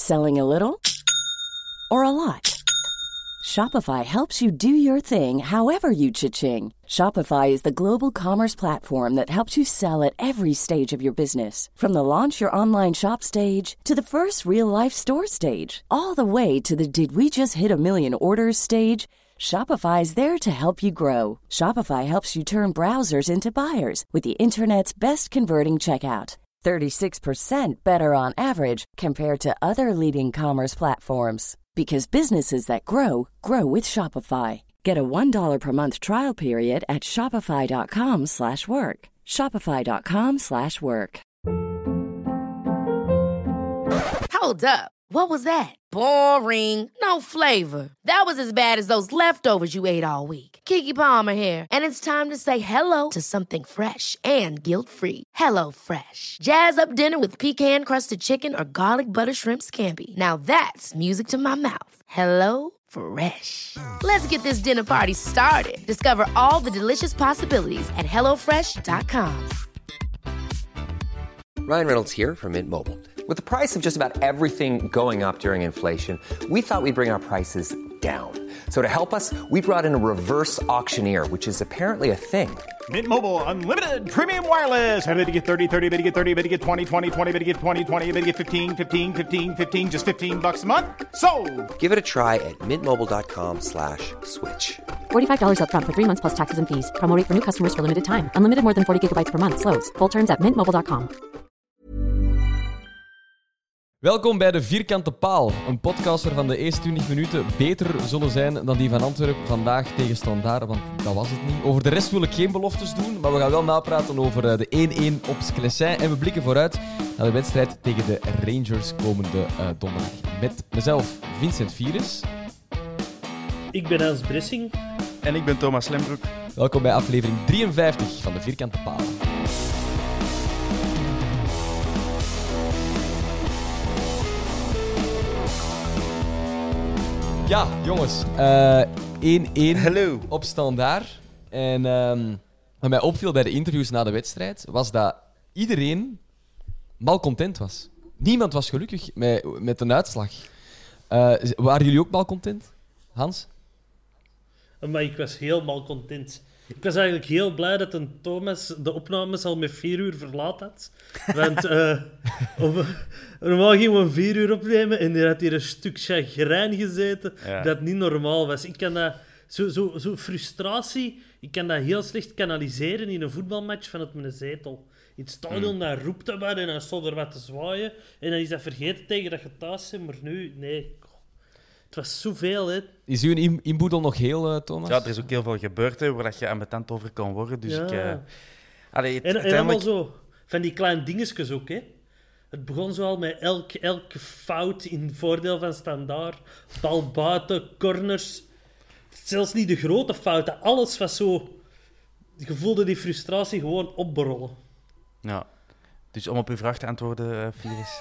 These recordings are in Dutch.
Selling a little or a lot? Shopify helps you do your thing however you cha-ching. Shopify is the global commerce platform that helps you sell at every stage of your business. From the launch your online shop stage to the first real-life store stage, all the way to the did we just hit a million orders stage. Shopify is there to help you grow. Shopify helps you turn browsers into buyers with the internet's best converting checkout. 36% better on average compared to other leading commerce platforms. Because businesses that grow, grow with Shopify. Get a $1 per month trial period at shopify.com/work. Shopify.com/work. Hold up. What was that? Boring. No flavor. That was as bad as those leftovers you ate all week. Keke Palmer here, and it's time to say hello to something fresh and guilt-free. Hello Fresh. Jazz up dinner with pecan-crusted chicken or garlic butter shrimp scampi. Now that's music to my mouth. Hello Fresh. Let's get this dinner party started. Discover all the delicious possibilities at hellofresh.com. Ryan Reynolds here from Mint Mobile. With the price of just about everything going up during inflation, we thought we'd bring our prices down. So to help us, we brought in a reverse auctioneer, which is apparently a thing. Mint Mobile Unlimited Premium Wireless. How to get 30, 30, bit to get 30, bit to get 20, 20, 20, bit to get 20, 20, bit to get 15, 15, 15, 15, just $15 a month? Sold! Give it a try at mintmobile.com/switch. $45 up front for 3 months plus taxes and fees. Promo rate for new customers for limited time. Unlimited more than 40 gigabytes per month. Slows full terms at mintmobile.com. Welkom bij De Vierkante Paal, een podcast waarvan de eerste 20 minuten beter zullen zijn dan die van Antwerpen vandaag tegen Standaard, want dat was het niet. Over de rest wil ik geen beloftes doen, maar we gaan wel napraten over de 1-1 op Sclessin en we blikken vooruit naar de wedstrijd tegen de Rangers komende donderdag. Met mezelf Vincent Vieres. Ik ben Hans Bressing. En ik ben Thomas Lembroek. Welkom bij aflevering 53 van De Vierkante Paal. Ja, jongens. 1-1 Hallo. op Standaard. En wat mij opviel bij de interviews na de wedstrijd, was dat iedereen malcontent was. Niemand was gelukkig met een uitslag. Waren jullie ook malcontent, Hans? Maar ik was helemaal content. Ik was eigenlijk heel blij dat een Thomas de opnames al met 4 uur verlaat had. Want normaal gingen we om 4 uur opnemen en er had hier een stuk chagrijn gezeten dat niet normaal was. Ik kan dat, zo frustratie, ik kan dat heel slecht kanaliseren in een voetbalmatch vanuit mijn zetel. In het stadion, dan roept dat wat en dan stond er wat te zwaaien. En dan is dat vergeten tegen dat je thuis bent, maar nu, nee. Het was zoveel, hè. Is uw inboedel nog heel, Thomas? Ja, er is ook heel veel gebeurd, hè, waar dat je ambetant over kan worden. Dus ja. uiteindelijk... En allemaal zo, van die kleine dingetjes ook, hè. Het begon zo al met elke fout in voordeel van Standaard. Bal buiten, corners. Zelfs niet de grote fouten. Alles was zo... Je voelde die frustratie gewoon opborrelen. Ja. Dus om op uw vraag te antwoorden, Firis.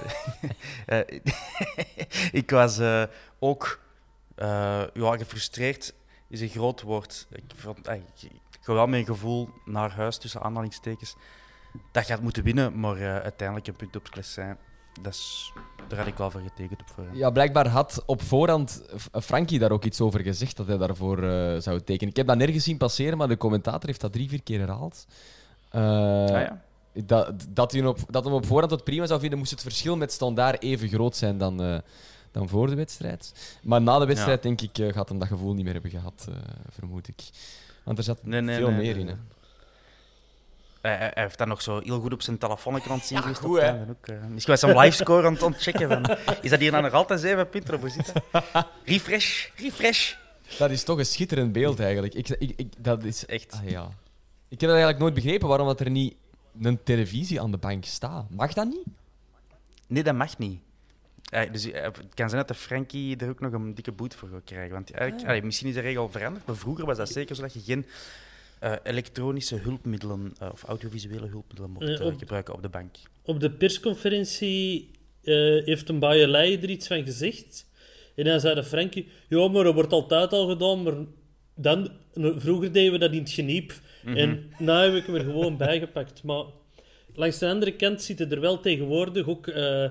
Ik was ook... gefrustreerd is een groot woord. Ik ga wel met een gevoel naar huis, tussen aanhalingstekens. Dat gaat moeten winnen, maar uiteindelijk een punt op Sclessin. Daar had ik wel voor getekend op voorhand. Ja, blijkbaar had op voorhand Frankie daar ook iets over gezegd, dat hij daarvoor zou tekenen. Ik heb dat nergens zien passeren, maar de commentator heeft dat 3-4 keer herhaald. Ja. Dat hem op voorhand het prima zou vinden, moest het verschil met Standaard even groot zijn dan voor de wedstrijd. Maar na de wedstrijd, denk ik, gaat hem dat gevoel niet meer hebben gehad, vermoed ik. Want er zat veel meer in. Hè. Hij heeft dat nog zo heel goed op zijn telefoon zien. Ja, goed, hè. Misschien was hij een livescore aan het checken. Van, is dat hier nou nog altijd 7 punten op? Hoe zit dat? Refresh. Dat is toch een schitterend beeld, eigenlijk. Dat is echt... ja. Ik heb dat eigenlijk nooit begrepen, waarom dat er niet een televisie aan de bank staat. Mag dat niet? Nee, dat mag niet. Dus het kan zijn dat de Frankie er ook nog een dikke boete voor gaat krijgen. Want misschien is de regel veranderd, maar vroeger was dat zeker zo dat je geen elektronische hulpmiddelen of audiovisuele hulpmiddelen mocht gebruiken op de bank. Op de persconferentie heeft een Baaielei er iets van gezegd. En dan zei de Frankie, ja, maar dat wordt altijd al gedaan, maar vroeger deden we dat in het geniep. Mm-hmm. En nu heb ik hem er gewoon bijgepakt. Maar langs de andere kant zitten er wel tegenwoordig ook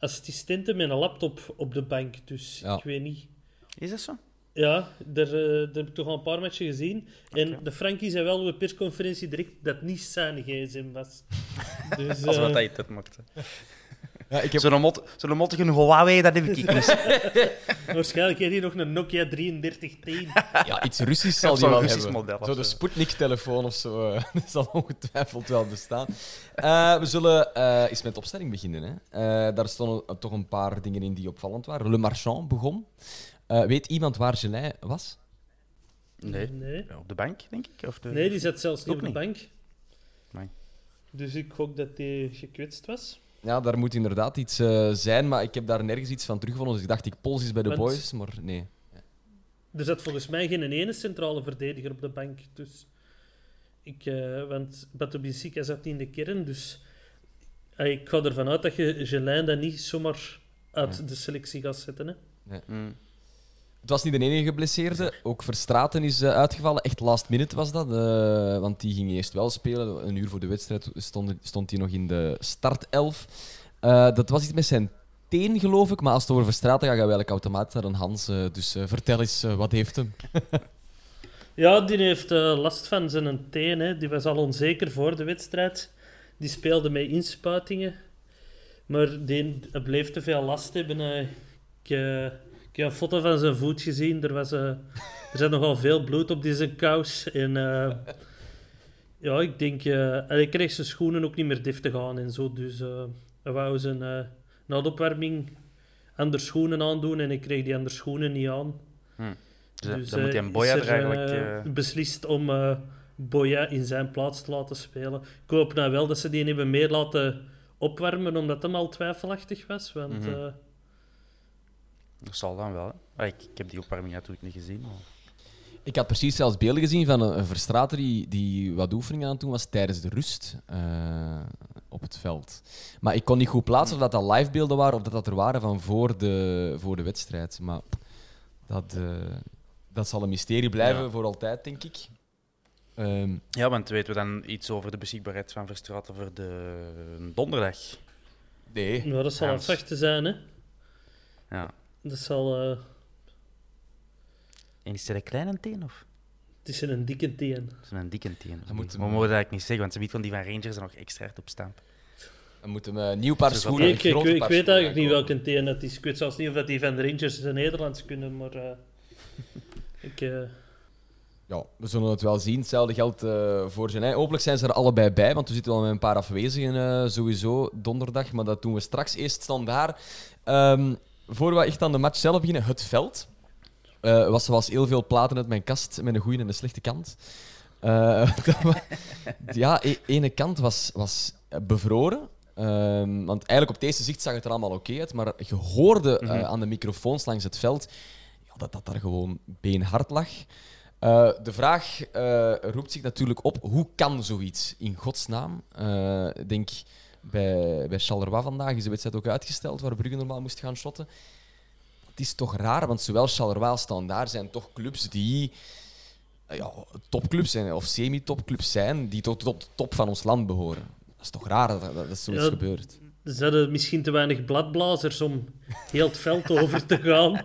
assistenten met een laptop op de bank. Dus Ja. ik weet niet. Is dat zo? Ja, daar heb ik toch al een paar matchen gezien. En de Frankie zei wel op de persconferentie direct dat het niet zijn gsm was. Dus, Als wat hij dat mocht. Ja, ik heb... Zo'n mottige Huawei, dat heb ik niet. waarschijnlijk heeft hij nog een Nokia 3310. Ja, iets Russisch zal Of die zo'n wel Russisch hebben. model of Zo de zo. Sputnik-telefoon of zo. Dat zal ongetwijfeld wel bestaan. We zullen eens met de opstelling beginnen. Hè. Daar stonden toch een paar dingen in die opvallend waren. Le Marchand begon. Weet iemand waar Gelin was? Nee. Nee. Ja, op de bank, denk ik? Of Nee, die zat zelfs niet Ook op de niet. bank. Nee. Dus ik gok dat hij gekwetst was. Ja, daar moet inderdaad iets zijn, maar ik heb daar nergens iets van teruggevonden. Dus ik dacht, ik pols is bij de Want- boys, maar nee. Er zat volgens mij geen ene centrale verdediger op de bank. Dus want Batubisika zat niet in de kern. Dus ik ga ervan uit dat je Gelin dan niet zomaar uit de selectie gaat zetten. Hè. Mm. Het was niet de enige geblesseerde. Ook Verstraeten is uitgevallen. Echt last minute was dat. Want die ging eerst wel spelen. Een uur voor de wedstrijd stond hij nog in de startelf. Dat was iets met zijn teen, geloof ik. Maar als het over Verstraeten gaat, gaan we eigenlijk automatisch naar een Hans. Dus vertel eens, wat heeft hem? Ja, die heeft last van zijn teen. Hè. Die was al onzeker voor de wedstrijd. Die speelde met inspuitingen. Maar die bleef te veel last hebben. Ik heb een foto van zijn voet gezien. Er zat nogal veel bloed op zijn kous. En ja, ik denk... hij kreeg zijn schoenen ook niet meer deftig aan en zo. Dus hij wou zijn na de opwarming andere schoenen aandoen en ik kreeg die andere schoenen niet aan. Dus dan moet hij een Boya is er eigenlijk... beslist om Boya in zijn plaats te laten spelen. Ik hoop nou wel dat ze die hebben meer laten opwarmen, omdat hem al twijfelachtig was. Want Dat zal dan wel. Hè. Ik heb die opwarming natuurlijk niet gezien. Maar... Ik had precies zelfs beelden gezien van een Verstraeten die wat oefeningen aan het doen was tijdens de rust op het veld. Maar ik kon niet goed plaatsen of dat livebeelden waren of dat er waren van voor de wedstrijd. Maar dat zal een mysterie blijven voor altijd, denk ik. Ja, want weten we dan iets over de beschikbaarheid van Verstraeten voor de donderdag? Nee. nou, dat zal Ja, afwachten zijn. Hè. Ja. Dat zal... En is het een kleine teen of? het is een dikke teen. Het is een dikke teen. Dat moet We mogen dat eigenlijk niet zeggen, want ze weet van die van Rangers er nog extra hard op staan. We moeten een nieuw paar Zo schoenen. Ik een grote weet paar eigenlijk schoenen niet aankopen. welke teen dat is. Ik weet zelfs niet of dat die van de Rangers de Nederlands kunnen, maar... Ja, we zullen het wel zien. Hetzelfde geldt voor Genijn. Hopelijk zijn ze er allebei bij, want we zitten wel met een paar afwezigen sowieso donderdag. Maar dat doen we straks. Eerst Standaard. Voor we echt aan de match zelf beginnen, het veld. Was zoals heel veel platen uit mijn kast met een goede en een slechte kant. Ja, ene kant was bevroren. Want eigenlijk op deze zicht zag het er allemaal oké uit. Maar je hoorde aan de microfoons langs het veld dat daar gewoon beenhard lag. De vraag roept zich natuurlijk op, hoe kan zoiets in godsnaam? Ik denk, bij Charleroi vandaag is de wedstrijd ook uitgesteld, waar Brugge normaal moest gaan shotten. Het is toch raar, want zowel Charleroi als Standaard zijn toch clubs die topclubs zijn, of semi-topclubs zijn, die tot de top van ons land behoren. Dat is toch raar dat zoiets gebeurt. Ze hadden misschien te weinig bladblazers om heel het veld over te gaan.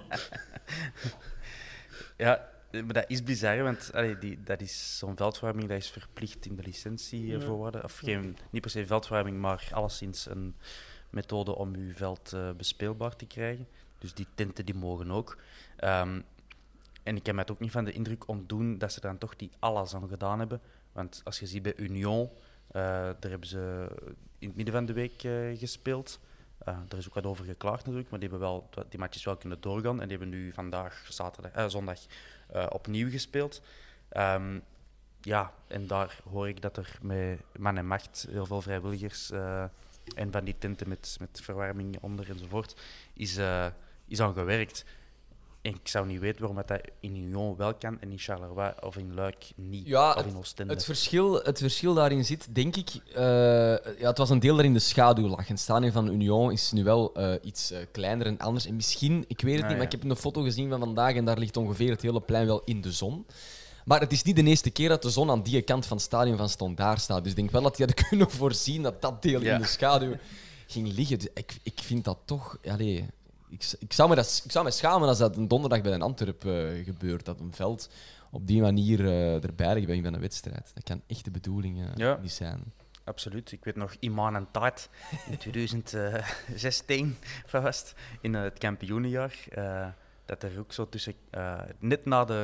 Ja, maar dat is bizar, want dat is zo'n veldverwarming, dat is verplicht in de licentievoorwaarden. Of niet per se veldverwarming, maar alleszins een methode om uw veld bespeelbaar te krijgen. Dus die tenten die mogen ook. En ik heb mij het ook niet van de indruk ontdoen dat ze dan toch die alles aan gedaan hebben. Want als je ziet bij Union, daar hebben ze in het midden van de week gespeeld. Er is ook wat over geklaagd natuurlijk, maar die matches wel kunnen doorgaan. En die hebben nu vandaag, zondag, opnieuw gespeeld. Ja, en daar hoor ik dat er met man en macht heel veel vrijwilligers en van die tenten met verwarming onder enzovoort is aan gewerkt. En ik zou niet weten waarom dat in Union wel kan en in Charleroi of in Luik niet. Ja, of in Oostende. het verschil daarin zit, denk ik... het was een deel dat in de schaduw lag. Het stadion van Union is nu wel iets kleiner en anders. En misschien, ik weet het niet, maar ik heb een foto gezien van vandaag en daar ligt ongeveer het hele plein wel in de zon. Maar het is niet de eerste keer dat de zon aan die kant van het stadion van Standaard staat. Dus ik denk wel dat die hadden kunnen voorzien dat dat deel in de schaduw ging liggen. Dus ik vind dat toch... Allee, ik zou me schamen als dat een donderdag bij een Antwerp gebeurt. Dat een veld op die manier erbij ligt bij een wedstrijd. Dat kan echt de bedoeling niet zijn. Absoluut. Ik weet nog Iman en Taart in 2016 vast, in het kampioenenjaar. Dat er ook zo tussen... net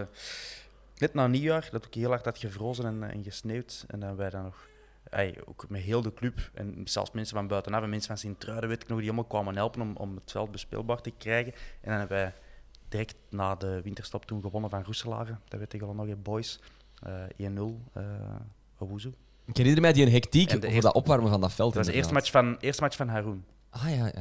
na nieuwjaar, dat ook heel hard had gevrozen en gesneeuwd. En dan wij dan nog... ook met heel de club en zelfs mensen van buitenaf en mensen van Sint-Truiden, weet ik nog, die allemaal kwamen helpen om het veld bespeelbaar te krijgen. En dan hebben wij direct na de winterstop toen gewonnen van Roeselare. Dat weet ik al nog, boys. 1-0, Owuzu. Ik herinner mij die een hectiek voor dat opwarmen van dat veld. Dat was de eerste match van Haroun. Ja.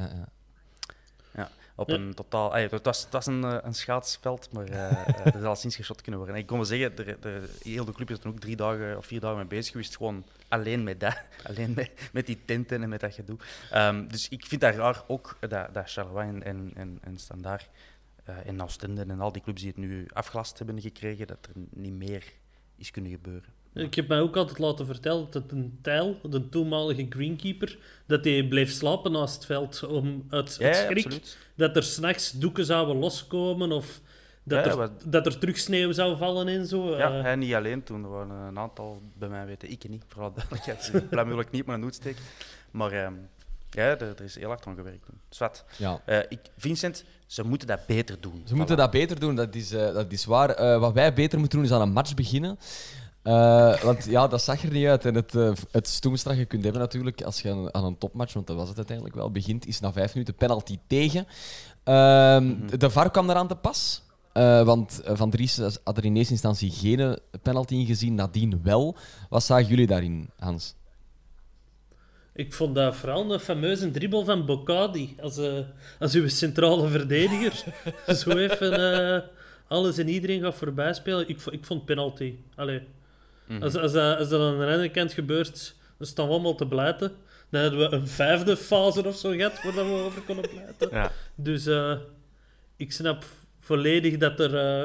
Op een totaal... Het was een schaatsveld, maar er zal sinds geschot kunnen worden. En ik kon wel zeggen, heel de club is er ook 3 dagen of 4 dagen mee bezig geweest. Gewoon alleen met dat. Alleen met die tenten en met dat gedoe. Dus ik vind dat raar ook dat Charleroi en Standaard en Oostende en al die clubs die het nu afgelast hebben gekregen, dat er niet meer is kunnen gebeuren. Ik heb mij ook altijd laten vertellen dat een Tijl, de toenmalige greenkeeper, dat hij bleef slapen naast het veld om uit schrik absoluut. Dat er 's nachts doeken zouden loskomen of dat er terug sneeuw zou vallen en zo. Ja, hij niet alleen toen. Er waren een aantal, bij mij weten ik niet, vooral duidelijkheid. Ik blijf natuurlijk niet met een hoed steken. Maar er is heel hard aan gewerkt. Zwat. Ja. Vincent, ze moeten dat beter doen. Ze moeten dat beter doen, dat is waar. Wat wij beter moeten doen is aan een match beginnen. Want ja, dat zag er niet uit. En het stoemste dat je kunt hebben natuurlijk, als je aan een topmatch, want dat was het uiteindelijk wel, begint, is na 5 minuten penalty tegen. De VAR kwam eraan te pas. Want Van Dries had er in eerste instantie geen penalty in gezien, nadien wel. Wat zagen jullie daarin, Hans? Ik vond dat vooral een fameuze dribbel van Bocadi als uw centrale verdediger. Zo even alles en iedereen gaat voorbij spelen. Ik vond penalty. Allee. Als dat aan de andere kant gebeurt, dan staan we allemaal te blijten. Dan hadden we een 5e fase of zo gehad waar we over konden blijten. Ja. Dus ik snap volledig dat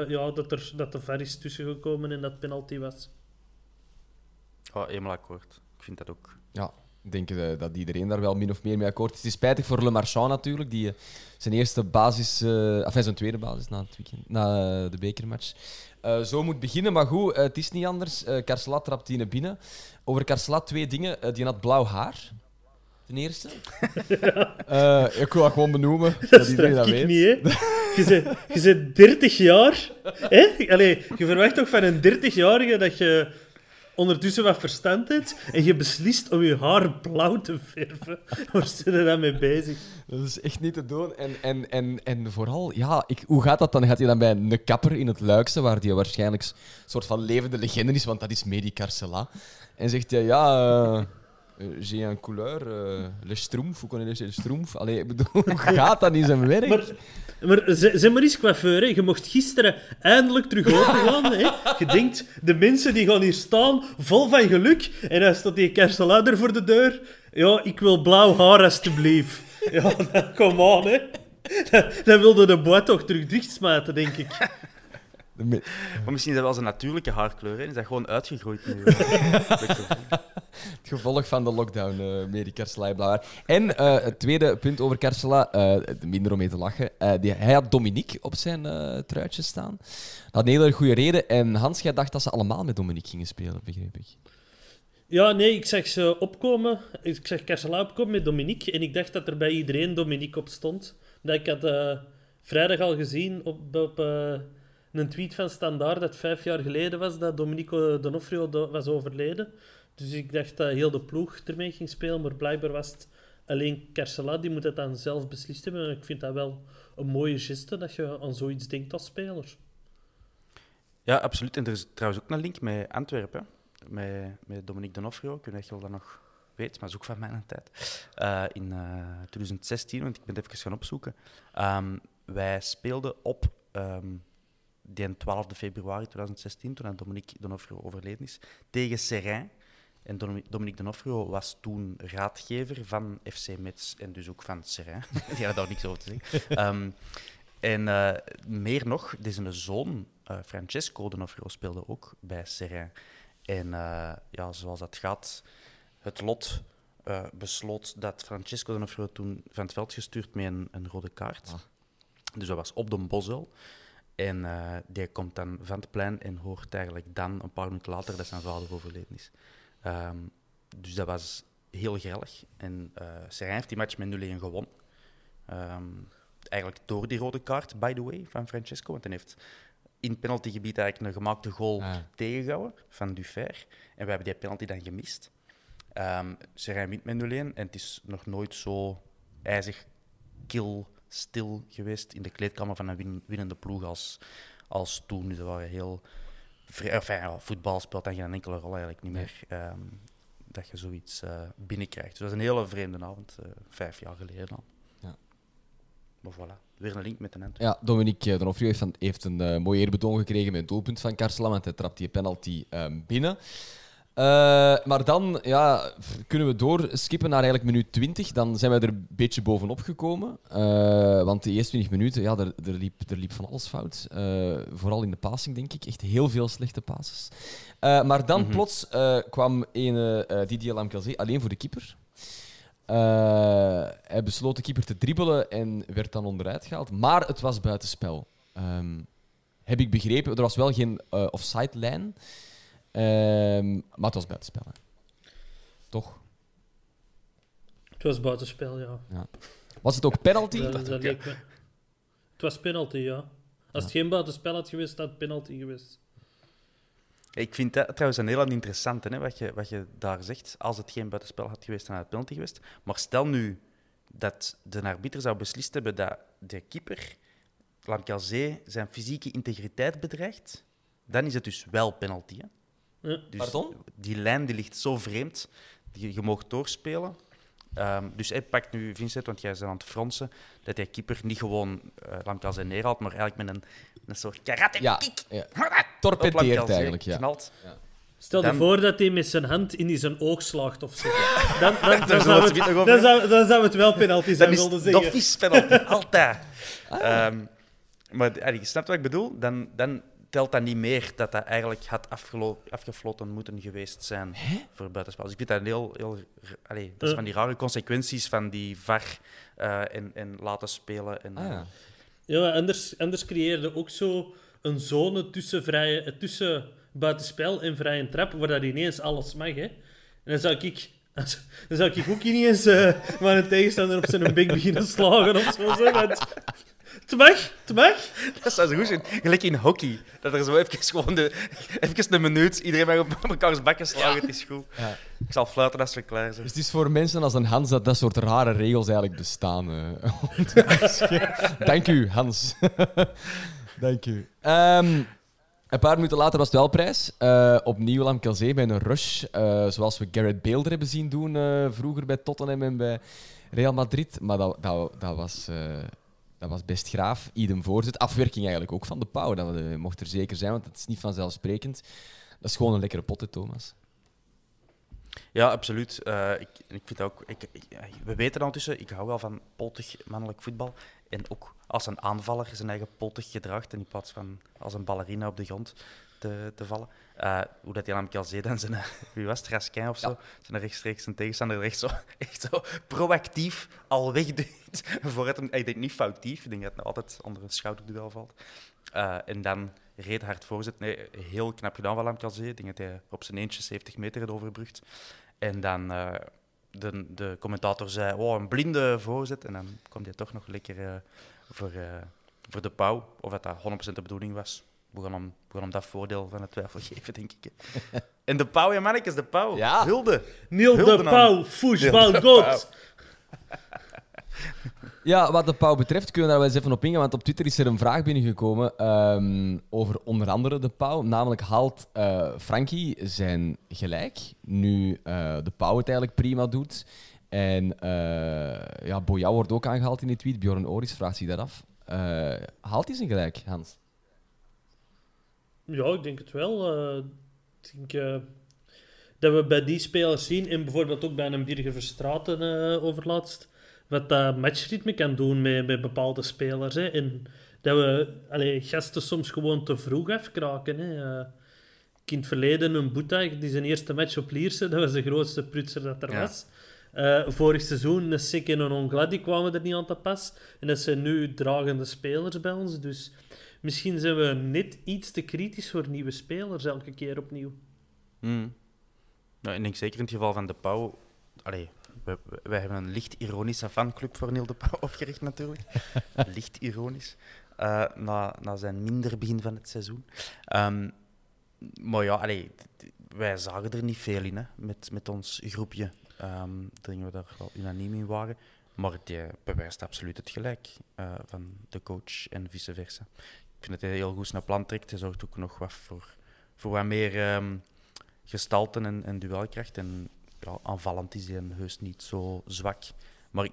de VAR is tussengekomen en dat penalty was. Helemaal akkoord. Ik vind dat ook. Ja, ik denk dat iedereen daar wel min of meer mee akkoord is. Het is spijtig voor Le Marchand natuurlijk, die zijn eerste basis, zijn tweede basis na het weekend, na de bekermatch, zo moet beginnen. Maar goed, het is niet anders. Carcelat trapt die naar binnen. Over Carcelat 2 dingen. Die had blauw haar. Ten eerste. Ik wil dat gewoon benoemen. Dat iedereen dat weet. Niet, hè? Je bent 30 jaar. Hè? Allee, je verwacht toch van een 30-jarige dat je ondertussen wat verstand hebt en je beslist om je haar blauw te verven. Waar zit je dan mee bezig? Dat is echt niet te doen. En vooral, ja, hoe gaat dat dan? Gaat hij dan bij een kapper in het Luikse, waar die waarschijnlijk een soort van levende legende is, want dat is Mehdi Carcelat. En zegt hij, j'ai un couleur, le Schtroumpf, hoe kon je le Schtroumpf? Allee, ik bedoel, hoe gaat dat in zijn werk? Maar zeg maar eens, coiffeur, hè. Je mocht gisteren eindelijk terug open gaan. Hè. Je denkt, de mensen die gaan hier staan, vol van geluk. En dan staat die Carcelat er voor de deur. Ja, ik wil blauw haar, alstublieft. Ja, kom aan, hè. Dan wilde de boot toch terug dichtsmijten, denk ik. Maar misschien is dat wel zijn natuurlijke haarkleur, hè? Is dat gewoon uitgegroeid nu? Het gevolg van de lockdown, Mehdi Carcelat blauw haar. En het tweede punt over Carcelat, minder om mee te lachen. Hij had Dominique op zijn truitje staan. Dat had een hele goede reden. En Hans, jij dacht dat ze allemaal met Dominique gingen spelen, begreep ik. Ja, nee, ik zag ze opkomen. Ik zag Carcelat opkomen met Dominique. En ik dacht dat er bij iedereen Dominique op stond. Dat ik had vrijdag al gezien op een tweet van Standaard dat 5 jaar geleden was dat Domenico D'Onofrio was overleden. Dus ik dacht dat heel de ploeg ermee ging spelen, maar blijkbaar was het alleen Carcelat, die moet het dan zelf beslist hebben. En ik vind dat wel een mooie geste, dat je aan zoiets denkt als speler. Ja, absoluut. En er is trouwens ook een link met Antwerpen, met Dominique D'Onofrio. Ik weet niet of je dat nog weet, maar dat is ook van mijn tijd. In 2016, want ik ben het even gaan opzoeken. Wij speelden op... die 12 februari 2016, toen Dominique D'Onofrio overleden is, tegen Seraing. En Dominique D'Onofrio was toen raadgever van FC Metz en dus ook van Seraing. Die had daar niks over te zeggen. Meer nog, deze zoon, Francesco D'Onofrio, speelde ook bij Seraing. En zoals dat gaat, het lot besloot dat Francesco D'Onofrio toen van het veld gestuurd met een rode kaart. Dus dat was op de Bosuil. En die komt dan van het plein en hoort eigenlijk dan, een paar minuten later, dat zijn vader overleden is. Dus dat was heel grellig. En Serijn heeft die match met 0-1 gewonnen. Eigenlijk door die rode kaart, by the way, van Francesco. Want hij heeft in het penaltygebied eigenlijk een gemaakte goal tegengehouden van Dufer. En we hebben die penalty dan gemist. Serijn wint met 0-1 en het is nog nooit zo ijzig, stil geweest in de kleedkamer van een winnende ploeg als toen. Dus dat waren heel... voetbal speelt dan geen enkele rol eigenlijk niet meer. Dat je zoiets binnenkrijgt. Dus dat is een hele vreemde avond, 5 jaar geleden al. Ja. Maar voilà, weer een link met de hand. Ja, Dominique D'Onofrio heeft een mooi eerbetoon gekregen met een doelpunt van Carcelam, want hij trapt die penalty binnen. Maar dan kunnen we doorskippen naar eigenlijk minuut 20. Dan zijn wij er een beetje bovenop gekomen. Want de eerste 20 minuten, er liep van alles fout. Vooral in de passing, denk ik. Echt heel veel slechte passes. Maar dan plots kwam Didier Lamkelzee alleen voor de keeper. Hij besloot de keeper te dribbelen en werd dan onderuit gehaald. Maar het was buitenspel. Heb ik begrepen. Er was wel geen offside-lijn. Maar het was buitenspel. Hè. Toch? Het was buitenspel, ja. Was het ook penalty? Dat leek me. Het was penalty, ja. Als het geen buitenspel had geweest, had het penalty geweest. Ik vind dat trouwens een heel interessant, hè, wat je daar zegt. Als het geen buitenspel had geweest, dan had het penalty geweest. Maar stel nu dat de arbiter zou beslist hebben dat de keeper, Lamkelzee, zijn fysieke integriteit bedreigt, dan is het dus wel penalty. Hè? Ja. Dus pardon? die lijn die ligt zo vreemd. Je mag doorspelen. Dus hij pakt nu, Vincent, want jij bent aan het fronsen, dat die keeper niet gewoon Lamkelzee neerhaalt, maar eigenlijk met een soort karate-kick. Ja. Torpedeert eigenlijk, ja. Knalt. Ja. Stel je voor dat hij met zijn hand in zijn oog slaagt of zo. Dan zou het wel penalty zijn, wilde zeggen. Dat is penalty, altijd. Maar je snapt wat ik bedoel? Dan telt dat niet meer dat eigenlijk had afgefloten moeten geweest zijn voor buitenspel. Dus ik vind dat heel dat is van die rare consequenties van die VAR en laten spelen. En, Ja, anders creëerde ook zo een zone tussen buitenspel en vrije trap, waar dat ineens alles mag. Hè. En dan zou ik ook ineens maar een tegenstander op zijn bek beginnen slagen of zo. Want het mag. Dat zou zo goed zijn. Gelijk in hockey. Dat er zo even een minuut, iedereen mag op elkaars bakken slagen, het is goed. Ja. Ik zal fluiten als we klaar zijn. Dus het is voor mensen als een Hans dat soort rare regels eigenlijk bestaan. Dank u, Hans. Dank u. Een paar minuten later was het wel prijs. Opnieuw Lamkelzee bij een rush. Zoals we Gareth Bale er hebben zien doen vroeger bij Tottenham en bij Real Madrid. Maar dat was best graaf. Idem voorzet. Afwerking eigenlijk ook van de Pauw. Dat mocht er zeker zijn, want het is niet vanzelfsprekend. Dat is gewoon een lekkere pot, hè, Thomas. Ja, absoluut. Ik vind ook... we weten ondertussen, ik hou wel van poltig mannelijk voetbal. En ook als een aanvaller zijn eigen poltig gedraagt in plaats van als een ballerina op de grond te vallen. Hoe dat die Lamkelzee dan zijn... Wie was het? Raskin of zo? Ja. Zijn rechtstreeks een tegenstander echt zo proactief al wegduwt. Ik denk niet foutief. Ik denk dat het altijd onder een schouderduel valt. En dan reed hard voorzet. Nee, heel knap gedaan van Lamkelzee. Ik denk dat hij op zijn eentje 70 meter het overbrugt. En dan... De commentator zei, een blinde voorzet. En dan kwam hij toch nog lekker voor de Pauw. Of dat 100% de bedoeling was. We gaan hem dat voordeel van de twijfel geven, denk ik. En de Pauw, ja mannetjes, de Pauw. Ja. Hulde. Niel de Pauw, voetbalgod. Ja, wat de Pauw betreft kunnen we daar wel eens even op ingaan, want op Twitter is er een vraag binnengekomen over onder andere de Pauw. Namelijk, haalt Frankie zijn gelijk, nu de Pauw het eigenlijk prima doet. En Boyau wordt ook aangehaald in die tweet. Bjorn Oris vraagt zich dat af. Haalt hij zijn gelijk, Hans? Ja, ik denk het wel. Ik denk dat we bij die spelers zien, en bijvoorbeeld ook bij een Birger Verstraeten overlaatst, wat dat matchritme kan doen met bepaalde spelers. Hè. En dat we gasten soms gewoon te vroeg afkraken. Hè. In het verleden een Boeta, die zijn eerste match op Lierse, dat was de grootste prutser dat er was. Vorig seizoen, een Sek en een Ongla, die kwamen er niet aan te pas. En dat zijn nu dragende spelers bij ons. Dus misschien zijn we net iets te kritisch voor nieuwe spelers elke keer opnieuw. Nou, ik denk zeker in het geval van De Pauw... Allee, wij hebben een licht ironische fanclub voor Neil De Pauw opgericht, natuurlijk. Licht ironisch. Na zijn minder begin van het seizoen. Maar ja, wij zagen er niet veel in, hè, met ons groepje. Ik denk dat we daar wel unaniem in waren. Maar die bewijst absoluut het gelijk van de coach en vice versa. Ik vind dat hij heel goed zijn plan trekt. Hij zorgt ook nog wat voor wat meer gestalte en duelkracht. En ja, aanvallend is hij heus niet zo zwak. Maar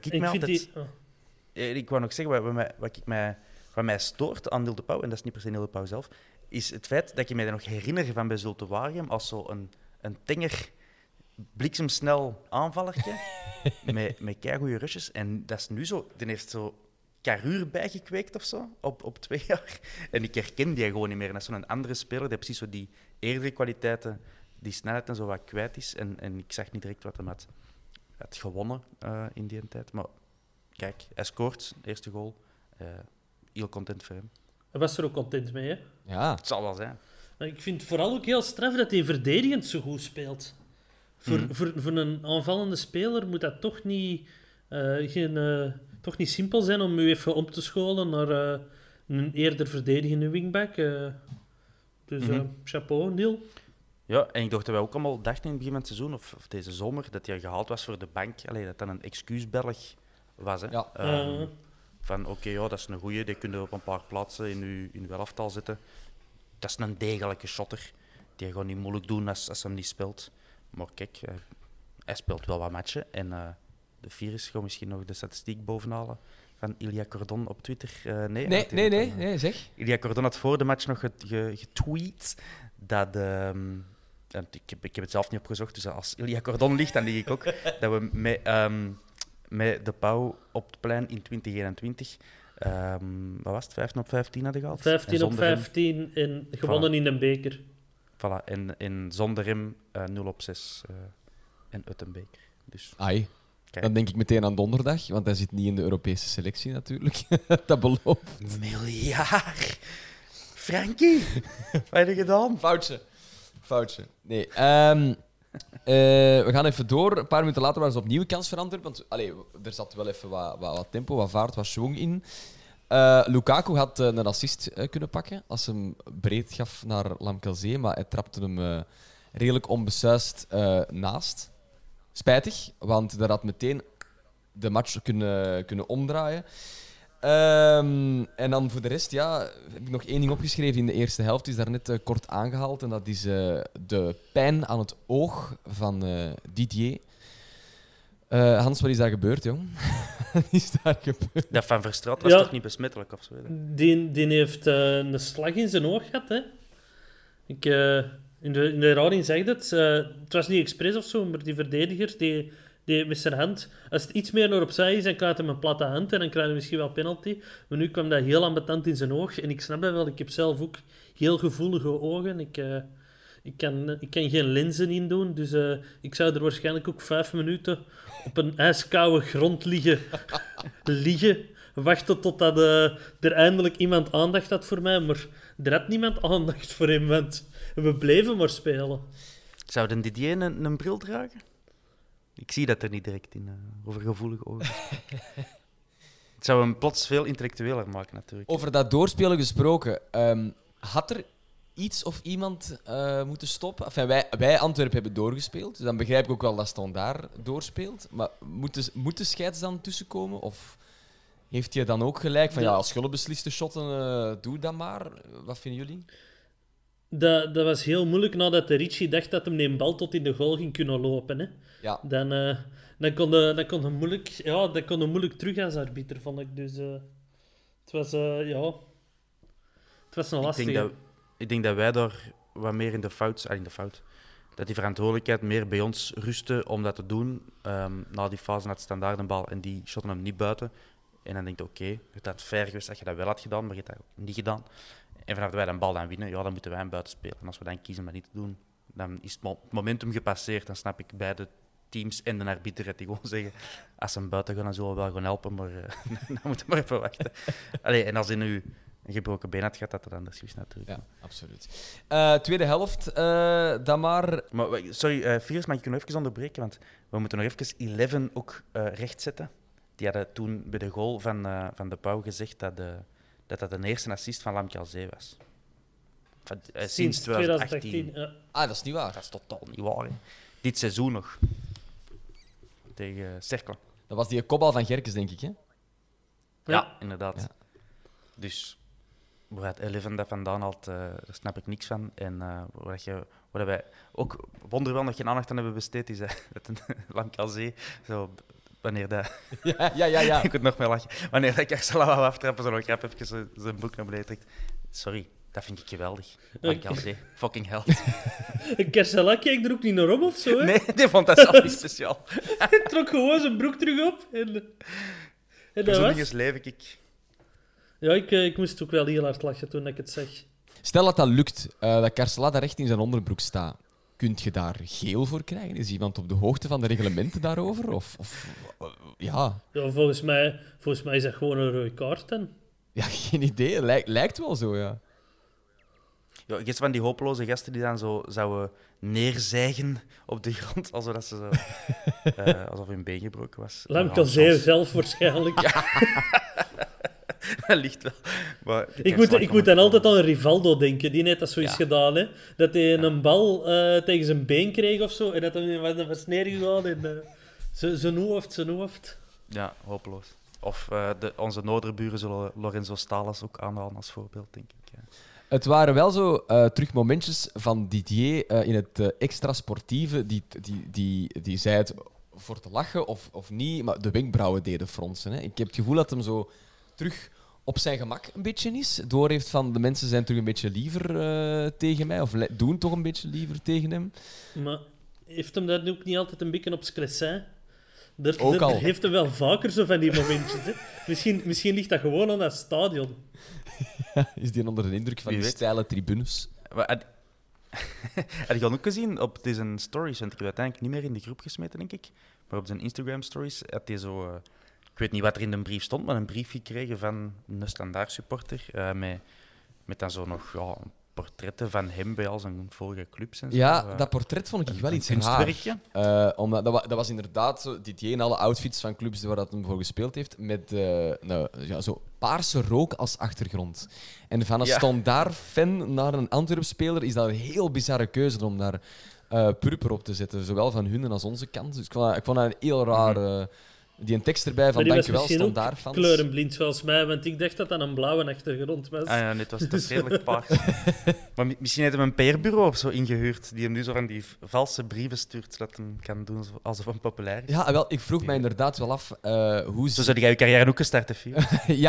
ik wou nog zeggen, wat mij stoort aan Neil De Pauw, en dat is niet per se Neil De Pauw zelf, is het feit dat je mij nog herinner van bij Zulte Waregem als zo'n een tenger, bliksemsnel aanvallertje met keigoede rushes. En dat is nu zo, die heeft zo carrure bijgekweekt of zo, op 2 jaar. En ik herken die gewoon niet meer. En dat is zo'n andere speler, die precies zo die eerdere kwaliteiten, die snelheid en zo wat kwijt is. En ik zag niet direct wat hij had gewonnen in die tijd. Maar kijk, hij scoort, de eerste goal. Heel content voor hem. Hij was er ook content mee, hè? Ja. Het zal wel zijn. Ik vind het vooral ook heel straf dat hij verdedigend zo goed speelt. Voor een aanvallende speler moet dat toch niet, toch niet simpel zijn om u even om te scholen naar een eerder verdedigende wingback. Chapeau, Neil. Ja, en ik dacht dat wij ook allemaal dachten in het begin van het seizoen, of deze zomer, dat hij gehaald was voor de bank. Allee, dat dat een excuusbelg was. Hè. Ja. Van oké, dat is een goeie, die kun je op een paar plaatsen in uw elftal zetten. Dat is een degelijke shotter. Die gaat niet moeilijk doen als hij niet speelt. Maar kijk, hij speelt wel wat matchen. En de virus gaat misschien nog de statistiek bovenhalen van Ilya Cordon op Twitter. Nee, zeg. Ilya Cordon had voor de match nog getweet dat... ik heb het zelf niet opgezocht, dus als Ilya Cordon ligt, dan lig ik ook. Dat we met De Pauw op het plein in 2021... wat was het? 15 op 15 hadden gehaald? 15 op 15 en gewonnen in een beker. Voilà, en zonder hem 0 op 6 en uit een beker. Dus, Ai. kijk. Dan denk ik meteen aan donderdag, want hij zit niet in de Europese selectie natuurlijk. Dat belooft. Miljard! Frankie, wat heb je gedaan? Foutje. Nee. We gaan even door. Een paar minuten later waren ze opnieuw kans veranderd. Want er zat wel even wat tempo, wat vaart, wat schwung in. Lukaku had een assist kunnen pakken als hij hem breed gaf naar Lamkelzee, maar hij trapte hem redelijk onbesuisd naast. Spijtig, want daar had meteen de match kunnen omdraaien. En dan voor de rest, heb ik nog 1 ding opgeschreven in de eerste helft. Is daar net kort aangehaald. En dat is de pijn aan het oog van Didier. Hans, wat is daar gebeurd, jong? Wat is daar gebeurd? Dat van Verstraat was toch niet besmettelijk of zo? Die heeft een slag in zijn oog gehad, hè. In de herhaling zeg dat. Het was niet expres of zo, maar die verdediger die met zijn hand... Als het iets meer naar opzij is, dan krijgt hij een platte hand en dan krijg je misschien wel penalty. Maar nu kwam dat heel ambetant in zijn oog. En ik snap dat wel. Ik heb zelf ook heel gevoelige ogen. Ik kan geen lenzen in doen, dus ik zou er waarschijnlijk ook 5 minuten op een ijskoude grond liggen, wachten totdat er eindelijk iemand aandacht had voor mij. Maar er had niemand aandacht voor hem, want we bleven maar spelen. Zou de Didier een bril dragen? Ik zie dat er niet direct in, over gevoelige ogen. Het zou hem plots veel intellectueler maken, natuurlijk. Over dat doorspelen gesproken, had er iets of iemand moeten stoppen? Enfin, wij Antwerpen hebben doorgespeeld, dus dan begrijp ik ook wel dat Standaard doorspeelt. Maar moet de scheids dan tussenkomen? Of heeft hij dan ook gelijk van als je beslist de shotten, doe dat maar? Wat vinden jullie? Dat was heel moeilijk nadat de Ricci dacht dat hem een bal tot in de goal ging kunnen lopen. Hè. Ja. Dan kon hij moeilijk terug als arbiter, vond ik. Dus het was een lastige. Ik denk dat wij daar wat meer in de fout... Dat die verantwoordelijkheid meer bij ons rustte om dat te doen. Na die fase had Standaard een bal en die shotten hem niet buiten. En dan denk je, oké, het had fair geweest dat je dat wel had gedaan, maar je hebt dat niet gedaan. En vanaf dat wij een bal dan winnen, dan moeten wij hem buiten spelen. En als we dan kiezen om dat niet te doen, dan is het momentum gepasseerd. Dan snap ik beide teams en de arbiter, dat die gewoon zeggen, als ze hem buiten gaan, dan zullen we wel gaan helpen, maar dan moeten we maar even wachten. Allee, en als hij nu een gebroken been had gehad, dat het anders is natuurlijk. Ja, absoluut. Tweede helft, dan maar... Maar sorry, Fiers, mag ik je nog even onderbreken? Want we moeten nog even 11 ook rechtzetten. Die hadden toen bij de goal van de Pauw gezegd dat de eerste assist van Lam Calzee was. Sinds 2018. Ja. Ah, dat is niet waar. Dat is totaal niet waar. Hè. Dit seizoen nog. Tegen Cercle. Dat was die kopbal van Gerkes, denk ik, hè? Ja, inderdaad. Ja. Dus waar 11 dat vandaan haalt, daar snap ik niks van. En waar wij ook wonderwel nog geen aandacht aan hebben besteed, is dat een Lam Calzee, zo wanneer dat... Ja. Ik moet nog meer lachen. Wanneer dat Carcela wou aftrappen, zo nog grap even zijn broek naar beneden trekt. Sorry, dat vind ik geweldig. Lam Calzee, fucking held. Carcela keek er ook niet naar om of zo, hè? Nee, die vond dat zelf niet speciaal. Hij trok gewoon zijn broek terug op. En dat Zo'n was... ding is leef ik. Ja, ik moest ook wel heel hard lachen toen ik het zeg. Stel dat dat lukt, dat Carcela daar recht in zijn onderbroek staat. Kunt je daar geel voor krijgen? Is iemand op de hoogte van de reglementen daarover? Ja. Ja, volgens mij is dat gewoon een rode kaart. Dan. Ja, geen idee. Lijkt wel zo, ja. Ja, je van die hopeloze gasten die dan zo zouden neerzijgen op de grond, alsof dat ze zo, alsof hun been gebroken was. Lam Calzee zelf waarschijnlijk. Ja. Dat ligt wel. Maar ik moet dan altijd aan Rivaldo denken, die net dat zoiets gedaan. Hè? Dat hij een bal tegen zijn been kreeg of zo, en dat hij was neergegaan en zijn hoofd. Ja, hopeloos. Of onze noorderburen zullen Lorenzo Stalas ook aanhalen als voorbeeld, denk ik. Ja. Het waren wel zo terug momentjes van Didier in het extra sportieve. Die zei het voor te lachen of niet, maar de wenkbrauwen deden fronsen. Hè. Ik heb het gevoel dat hem zo terug op zijn gemak een beetje is. Door heeft van de mensen zijn terug een beetje liever tegen mij, of doen toch een beetje liever tegen hem. Maar heeft hem dat ook niet altijd een beetje op zijn crescent? Ook al. Heeft hem wel vaker zo van die momentjes. Hè? Misschien ligt dat gewoon aan dat stadion. Is die onder de indruk van die steile tribunes? Had je al ook gezien op deze stories? Want ik heb uiteindelijk niet meer in de groep gesmeten, denk ik. Maar op zijn Instagram stories had hij zo... ik weet niet wat er in de brief stond, maar een brief gekregen van een standaard supporter. Met dan zo nog portretten van hem bij al zijn vorige clubs. En zo. Ja, dat portret vond ik wel iets kunstwerkje. Omdat dat was inderdaad zo, Didier in alle outfits van clubs waar dat hem voor gespeeld heeft, met zo paarse rook als achtergrond. En van een standaard-fan naar een Antwerp-speler is dat een heel bizarre keuze om daar purper op te zetten. Zowel van hun als onze kant. Dus ik vond dat een heel raar... Die een tekst erbij van dankjewel, standaardfans. Kleurenblind volgens mij, want ik dacht dat dat een blauwe achtergrond was. Ah ja, nee, het was redelijk paars. Maar misschien heeft hem een PR-bureau of zo ingehuurd, die hem nu zo van die valse brieven stuurt, zodat hij kan doen alsof hij populair is. Ja, wel, ik vroeg mij inderdaad wel af hoe... Zo zou jij je carrière ook gestart, hè, Fiel?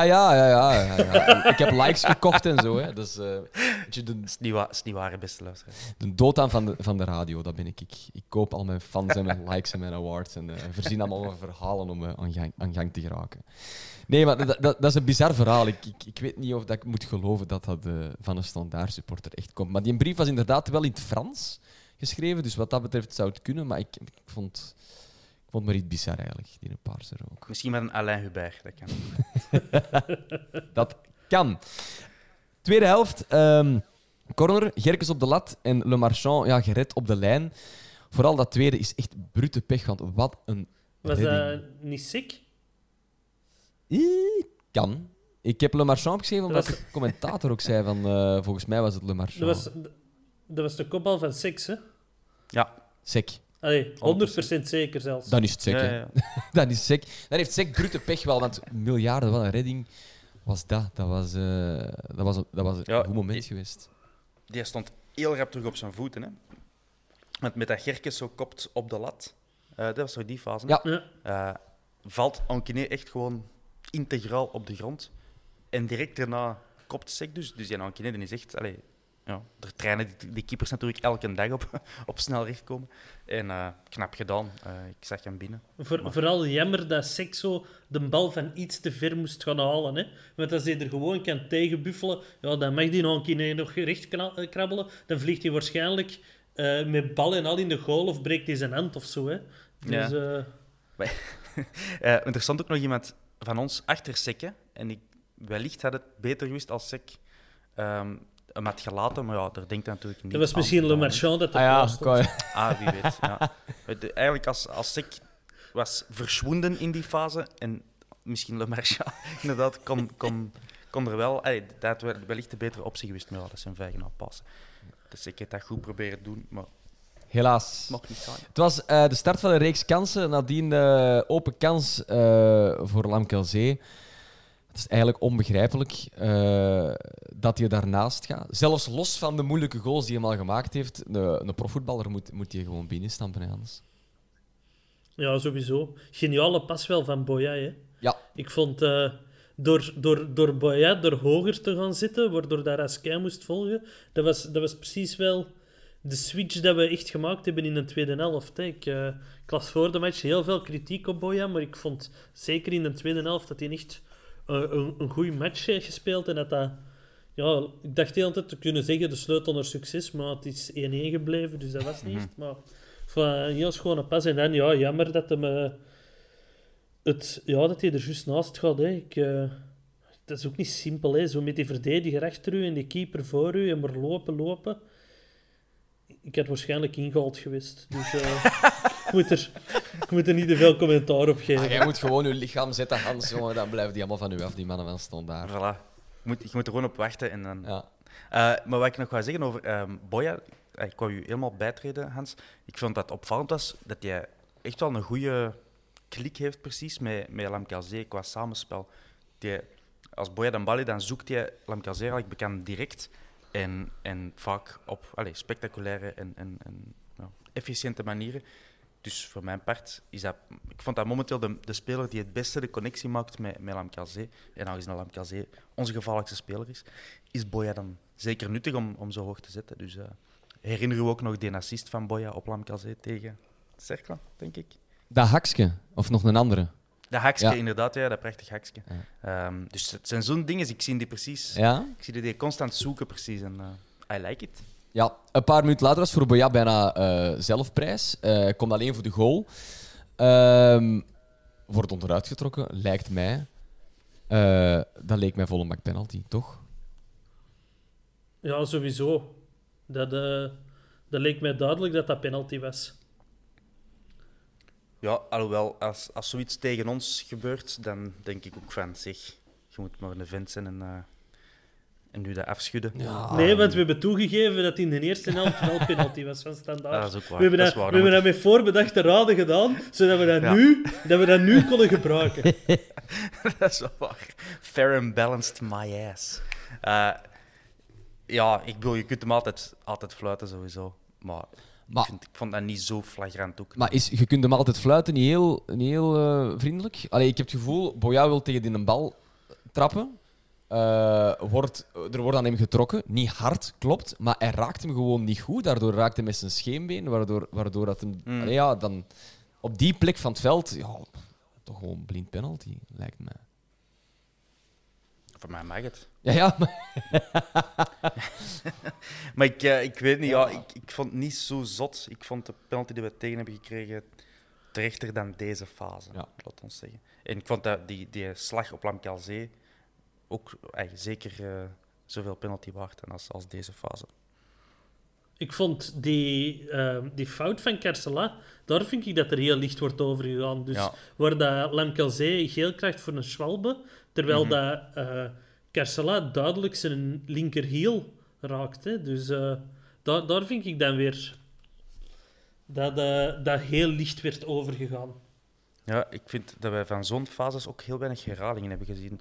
Ja. Ik heb likes gekocht en zo, hè. Dus, dat is niet waar, beste luisteraar. De dood van de radio, dat ben ik. Ik koop al mijn fans en mijn likes en mijn awards en verzin allemaal mijn verhalen om aan gang te geraken. Nee, maar dat is een bizar verhaal. Ik weet niet of dat ik moet geloven dat van een standaard supporter echt komt. Maar die brief was inderdaad wel in het Frans geschreven, dus wat dat betreft zou het kunnen, maar ik vond maar iets bizar eigenlijk, die een paarse rook. Misschien met een Alain Hubert, dat kan. Dat kan. Tweede helft, corner, Gerkes op de lat en Le Marchand gered op de lijn. Vooral dat tweede is echt brute pech, want wat een was redding. Dat niet sick? Kan. Ik heb Le Marchand opgeschreven omdat de commentator ook zei van volgens mij was het Le Marchand. Dat was de kopbal van Six, hè? Ja. Sek. Allee, 100% zeker zelfs. Dan is het sec, hè. Ja. Dan is sec. Dan heeft sec brute pech wel, want miljarden, wat een redding was dat. Dat was een goed moment geweest. Die stond heel rap terug op zijn voeten, hè. Want met dat Gerkes zo kopt op de lat, dat was toch die fase? Ja. Valt Anquinet echt gewoon integraal op de grond. En direct daarna kopt Sek dus. Dus die Anquinet die is echt... er trainen die keepers natuurlijk elke dag op snel recht komen. En knap gedaan. Ik zag hem binnen. Vooral jammer dat Sek zo de bal van iets te ver moest gaan halen. Hè? Want als hij er gewoon kan tegenbuffelen, dan mag die Anquinet nog recht krabbelen. Dan vliegt hij waarschijnlijk met bal en al in de goal of breekt hij zijn hand of zo. Hè? Dus, Er stond ook nog iemand van ons achter Sekke. En wellicht had het beter gewist als Sek hem had gelaten. Maar ja, daar denkt hij natuurlijk niet dat was misschien aan. Le Marchand dat Wie weet. Ja. Eigenlijk als Sek was verschwonden in die fase en misschien Le Marchand inderdaad kon er wel... dat had wellicht de betere optie geweest, maar ja, dat zijn vijgen passen. Dus ik heb dat goed proberen te doen, maar... Helaas. Mocht niet gaan. Het was de start van een reeks kansen. Nadien open kans voor Lamkelzee. Het is eigenlijk onbegrijpelijk dat hij daarnaast gaat. Zelfs los van de moeilijke goals die hij al gemaakt heeft. Een profvoetballer moet hij gewoon binnenstampen, Hans. Ja, sowieso. Geniale pas wel van Boya, hè. Ja. Ik vond... door Boya er hoger te gaan zitten, waardoor daar Raskin moest volgen, dat was precies wel de switch dat we echt gemaakt hebben in de tweede helft. Hè. Ik las voor de match heel veel kritiek op Boya, maar ik vond zeker in de tweede helft dat hij echt een goede match heeft gespeeld. En dat... Ja, ik dacht de hele tijd te kunnen zeggen de sleutel naar succes, maar het is 1-1 gebleven, dus dat was niet echt. Maar van een heel schone pas. En dan, ja, jammer dat hem... dat hij er juist naast gaat. Hè. Dat is ook niet simpel. Hè. Zo met die verdediger achter u en die keeper voor u en maar lopen. Ik had waarschijnlijk ingehaald geweest. Dus ik moet er niet te veel commentaar op geven. Jij moet gewoon je lichaam zetten, Hans. Jongen, dan blijven die allemaal van u af, die mannen van Standaard. Voilà. Je moet er gewoon op wachten. En dan... Ja. Maar wat ik nog wou zeggen over Boya... Ik wou je helemaal bijtreden, Hans. Ik vond dat het opvallend was dat hij echt wel een goede... klik heeft precies met Lamkelzee qua samenspel. Als Boya de bal heeft, dan zoekt hij Lamkelzee eigenlijk bekend direct en vaak op spectaculaire en efficiënte manieren. Dus voor mijn part is dat... Ik vond dat momenteel de speler die het beste de connectie maakt met Lamkelzee. En aangezien Lamkelzee onze gevaarlijkste speler is Boya dan zeker nuttig om zo hoog te zetten. Dus herinner u ook nog die assist van Boya op Lamkelzee tegen Cercle, denk ik? Dat hakske, of nog een andere? Dat hakske, inderdaad, ja, dat prachtig hakske. Ja. Dus het zijn zo'n dingen, ik zie die precies. Ja? Ik zie die constant zoeken, precies. En I like it. Ja, een paar minuten later was voor Boya bijna zelfprijs. Komt alleen voor de goal. Wordt onderuit getrokken, lijkt mij. Dat leek mij volle bak penalty, toch? Ja, sowieso. Dat leek mij duidelijk dat dat penalty was. Ja, alhoewel, als zoiets tegen ons gebeurt, dan denk ik ook van, zeg, je moet maar een vent zijn en nu dat afschudden. Ja. Nee, want we hebben toegegeven dat in de eerste helft wel penalty was van Standaard. Dat is ook waar. We hebben dat met voorbedachte raden gedaan, zodat we dat nu konden gebruiken. Dat is wel waar. Fair and balanced my ass. Ik bedoel, je kunt hem altijd fluiten, sowieso. Maar ik vond dat niet zo flagrant ook. Maar je kunt hem altijd fluiten, niet heel vriendelijk. Allee, ik heb het gevoel, Boya wil tegen die bal trappen. Er wordt aan hem getrokken. Niet hard, klopt. Maar hij raakt hem gewoon niet goed. Daardoor raakt hij met zijn scheenbeen. Waardoor dat hem... dan op die plek van het veld... Ja, toch gewoon blind penalty, lijkt mij. Voor mij mag het. Ja. Maar ik weet niet, ik vond het niet zo zot. Ik vond de penalty die we tegen hebben gekregen terechter dan deze fase, laat ons zeggen. En ik vond dat die slag op Lamkelzee ook zeker zoveel penalty waard als deze fase. Ik vond die fout van Carcela, daar vind ik dat er heel licht wordt over gegaan. Dus waar dat Lamkelzee geel krijgt voor een Schwalbe, terwijl dat Carcela duidelijk zijn linkerhiel raakt. Hè. Dus daar vind ik dan weer dat heel licht werd overgegaan. Ja, ik vind dat wij van zo'n fases ook heel weinig herhalingen hebben gezien.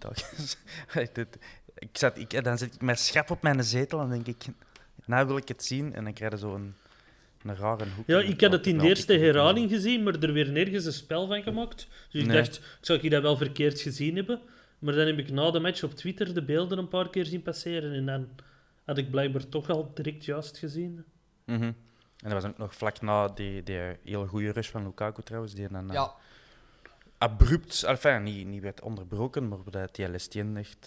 Dan zit ik met schap op mijn zetel en denk ik, nou wil ik het zien. En dan krijg je zo een rare hoek. Ja, ik had het in de eerste herhaling gezien, maar er weer nergens een spel van gemaakt. Dus ik dacht, zou ik dat wel verkeerd gezien hebben? Maar dan heb ik na de match op Twitter de beelden een paar keer zien passeren. En dan had ik blijkbaar toch al direct juist gezien. Mm-hmm. En dat was ook nog vlak na die heel goede rush van Lukaku trouwens. Die dan abrupt, niet werd onderbroken, maar dat die Lestien echt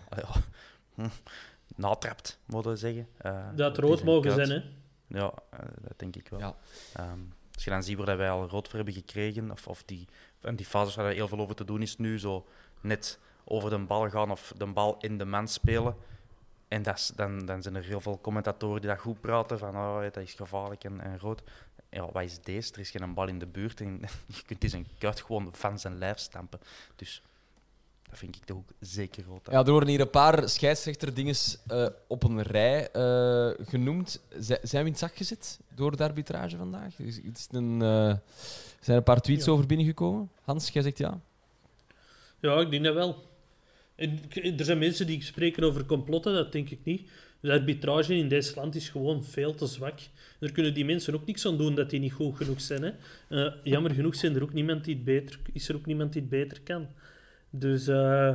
natrapt, moeten we zeggen. Dat rood mogen zijn, hè? Ja, dat denk ik wel. Ja. Als je dan ziet waar wij al rood voor hebben gekregen, of die fases waar er heel veel over te doen is nu, zo net over de bal gaan of de bal in de man spelen. En dan zijn er heel veel commentatoren die dat goed praten, van dat is gevaarlijk en rood. Ja, wat is deze? Er is geen bal in de buurt en je kunt die zijn kuit gewoon van zijn lijf stampen. Dus dat vind ik toch ook zeker rood. Ja, er worden hier een paar scheidsrechterdinges op een rij genoemd. Zijn we in het zak gezet door de arbitrage vandaag? Zijn een paar tweets over binnengekomen? Hans, jij zegt ja? Ja, ik denk dat wel. Er zijn mensen die spreken over complotten, dat denk ik niet. De arbitrage in deze land is gewoon veel te zwak. Daar kunnen die mensen ook niks aan doen dat die niet goed genoeg zijn. Hè. Jammer genoeg is er ook niemand die het beter kan. Dus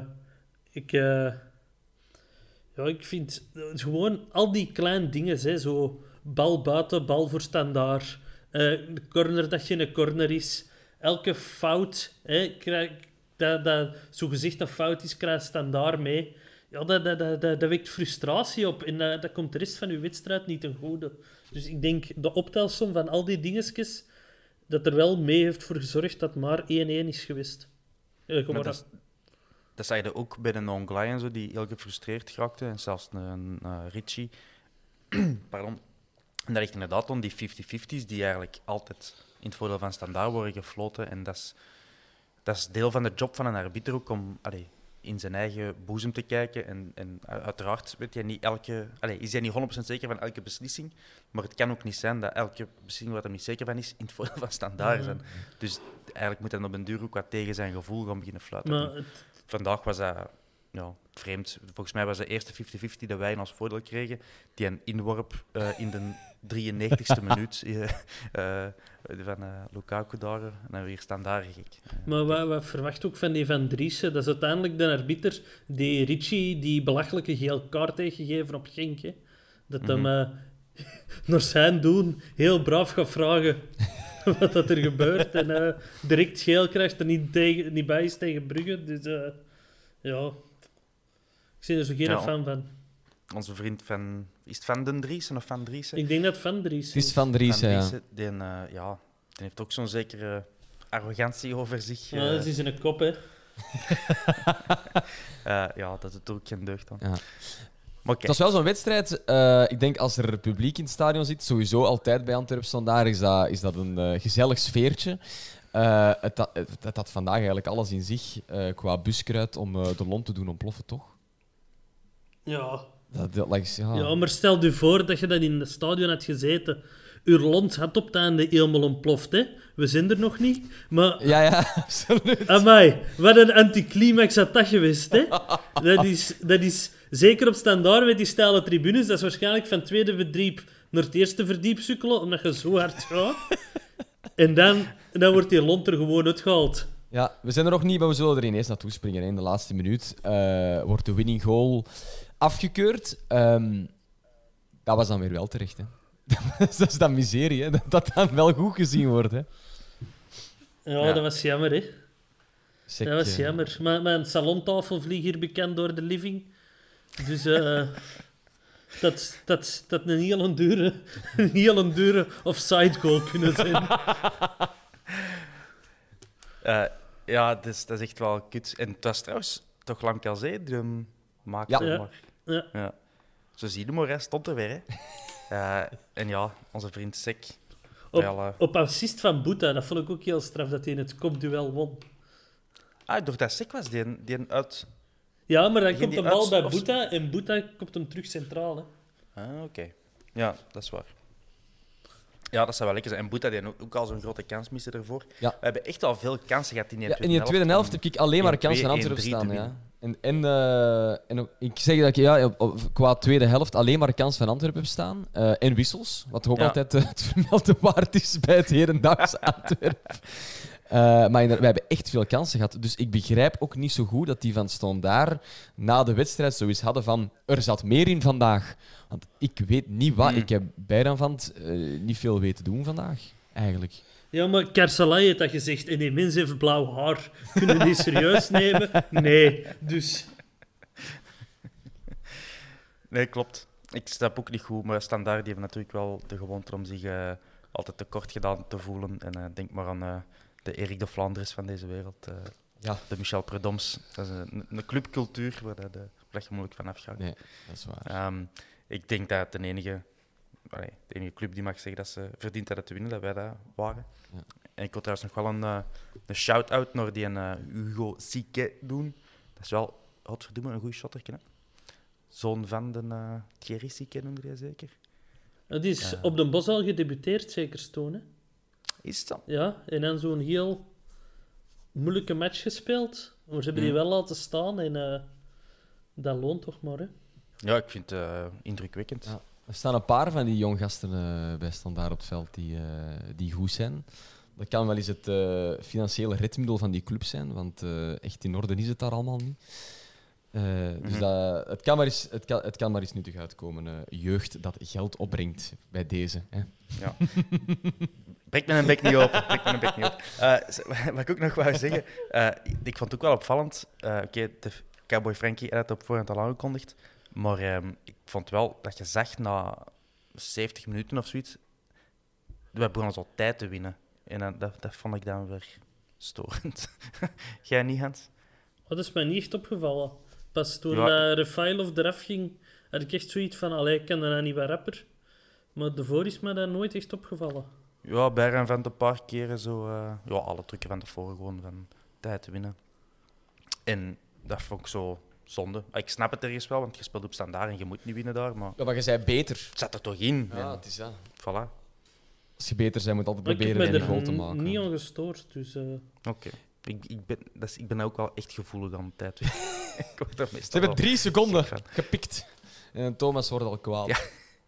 ik vind gewoon al die kleine dingen, hè, zo bal buiten, bal voor standaard, de corner dat geen corner is, elke fout, hè, dat zogezegd een fout is, krijg je standaard mee. Ja, dat wekt frustratie op en dat komt de rest van je wedstrijd niet ten goede. Dus ik denk de optelsom van al die dingetjes, dat er wel mee heeft voor gezorgd dat maar 1-1 is geweest. Dat zag je ook bij de Onglai en zo, die heel gefrustreerd raakte. En zelfs een Richie. Pardon. En dat ligt inderdaad om die 50-50's die eigenlijk altijd in het voordeel van standaard worden gefloten. En dat is deel van de job van een arbiter ook om in zijn eigen boezem te kijken. En uiteraard is hij niet 100% zeker van elke beslissing. Maar het kan ook niet zijn dat elke beslissing waar hij niet zeker van is, in het voordeel van standaard is. Dus eigenlijk moet hij op een duur ook wat tegen zijn gevoel gaan beginnen fluiten. Vandaag was dat vreemd. Volgens mij was de eerste 50-50 dat wij in ons voordeel kregen. Die een inworp in de 93ste minuut van Lukaku daar. En dan weer standaard gek. Maar wat verwacht ook van die Van Driessen? Dat is uiteindelijk de arbiter die Richie die belachelijke geel kaart heeft gegeven op Genk. Hè? Dat hem naar zijn doen heel braaf gaat vragen wat dat er gebeurt. En direct geel krijgt er niet bij is tegen Brugge. Dus ik ben er zo geen fan van. Onze vriend van... Is het Van den Driessen of Van Driessen? Ik denk dat Van Driessen is. Het is Van Driessen, ja. Die heeft ook zo'n zekere arrogantie over zich. Ja, dat is in een kop, hè. Dat doet ook geen deugd dan. Ja. Maar het was wel zo'n wedstrijd. Ik denk als er publiek in het stadion zit, sowieso altijd bij Antwerpen Standaard, is dat een gezellig sfeertje. Het had vandaag eigenlijk alles in zich qua buskruid om de Lont te doen ontploffen, toch? Ja. Ja, maar stel je voor dat je dan in het stadion had gezeten. Uw Lont had op het einde helemaal ontploft, hè? We zijn er nog niet, maar... Ja, absoluut. Amai, wat een anticlimax had dat geweest, hè? Dat is zeker op standaard met die stalen tribunes. Dat is waarschijnlijk van het tweede verdiep naar het eerste verdiep sukkelen, omdat je zo hard gaat. En dan wordt die Lont er gewoon uitgehaald. Ja, we zijn er nog niet, maar we zullen er ineens naartoe springen. Hè. In de laatste minuut wordt de winning goal afgekeurd. Dat was dan weer wel terecht, hè. Dat is dan miserie, hè. Dat dan wel goed gezien wordt, hè. Ja, dat was jammer, hè. Dat was jammer. Mijn salontafel vliegt hier bekend door de living. Dus dat een heel dure offside goal kunnen zijn. Dat is echt wel kut. En het was trouwens toch Lamkelzee die hem maakte. Ja. Zo zie je maar, hij stond er weer. Hè. En onze vriend Sek. Op assist van Boeta, dat vond ik ook heel straf dat hij in het kopduel won. Door dat Sek was die uit... Ja, maar dan komt de bal bij Boeta en Boeta komt hem terug centraal. Hè. Oké. Ja, dat is waar. Ja, dat zou wel lekker zijn. En Boeta die ook al zo'n grote kans miste ervoor. Ja. We hebben echt al veel kansen gehad in die tweede helft. In de tweede helft heb ik alleen maar kansen van Antwerpen staan. Ja. En ik zeg dat ik qua tweede helft alleen maar kans van Antwerpen heb staan. En wissels, wat ook altijd het vermelden waard is bij het hedendaags Antwerpen. Maar we hebben echt veel kansen gehad. Dus ik begrijp ook niet zo goed dat die van Standaard na de wedstrijd zoiets hadden van er zat meer in vandaag. Want ik weet niet wat. Ik heb bij dan van niet veel weten doen vandaag, eigenlijk. Ja, maar Kersalai heeft dat gezegd. En die mensen heeft blauw haar. Kunnen die serieus nemen? Nee, dus... Nee, klopt. Ik snap ook niet goed. Maar Standaard die hebben natuurlijk wel de gewoonte om zich altijd tekort gedaan te voelen. En denk maar aan de Erik de Vlaanders van deze wereld. De Michel Predoms. Dat is een clubcultuur waar je moeilijk van afgaat. Nee, dat is waar. Ik denk dat de enige club die mag zeggen dat ze verdient hadden te winnen, dat wij dat waren. Ja. En ik wil trouwens nog wel een shout-out naar die Hugo Sique doen. Dat is wel, godverdomme, een goede shotterke, hè? Zoon van de Thierry Sique noemde hij zeker. Die is op Den Bosch al gedebuteerd, zeker, Stoon, hè? Is het dan? Ja, en dan zo'n heel moeilijke match gespeeld. Maar ze hebben die wel laten staan en dat loont toch maar, hè? Ja, ik vind het indrukwekkend. Ja. Er staan een paar van die jonggasten bij Standaard op het veld die goed zijn. Dat kan wel eens het financiële redmiddel van die club zijn, want echt in orde is het daar allemaal niet. Dus het kan maar eens nuttig uitkomen. Jeugd dat geld opbrengt bij deze. Hè. Ja. Breek me een bek niet open. Wat ik ook nog wou zeggen, ik vond het ook wel opvallend. De Cowboy Frankie had het op voorhand al aangekondigd. Maar ik vond wel dat je zag na 70 minuten of zoiets, we begonnen zo tijd te winnen. En dat vond ik dan weer storend. Jij niet, Hans? Dat is mij niet echt opgevallen. Pas toen Refailov eraf ging, had ik echt zoiets van, ik kan daarna niet wat rapper. Maar daarvoor is mij dat nooit echt opgevallen. Ja, Bayern van een paar keren zo... alle trucken van tevoren gewoon van tijd te winnen. En dat vond ik zo zonde. Ik snap het ergens wel, want je speelt op Standaard en je moet niet winnen daar. Maar je zei beter. Het zat er toch in. Ja, het is dat. Voilà. Als je beter bent, moet je altijd proberen een goal te maken. Ik ben er niet aan gestoord, dus... Oké. Ik ben ook wel echt gevoelig aan de tijd. Ik word er Ze hebben 3 seconden gepikt. En Thomas wordt al kwaad. Ja.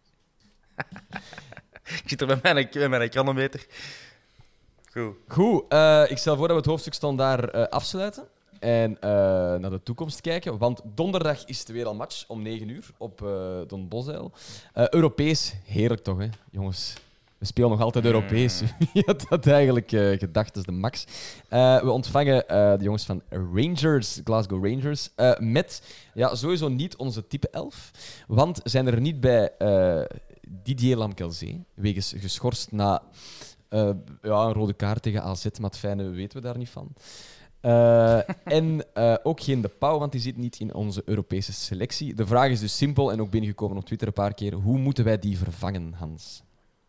Ik zit er bij mijn chronometer. Goed. Ik stel voor dat we het hoofdstuk Standaard afsluiten. En naar de toekomst kijken. Want donderdag is het weer al match om 9:00 op Don Bosel. Europees, heerlijk toch, hè, jongens? We spelen nog altijd Europees. Wie had dat eigenlijk gedacht? Dat is de max. We ontvangen de jongens van Rangers, Glasgow Rangers, met sowieso niet onze type 11. Want zijn er niet bij Didier Lamkelzee, wegens geschorst na een rode kaart tegen AZ. Maar het fijne weten we daar niet van. En ook geen De Pauw, want die zit niet in onze Europese selectie. De vraag is dus simpel en ook binnengekomen op Twitter een paar keer. Hoe moeten wij die vervangen, Hans?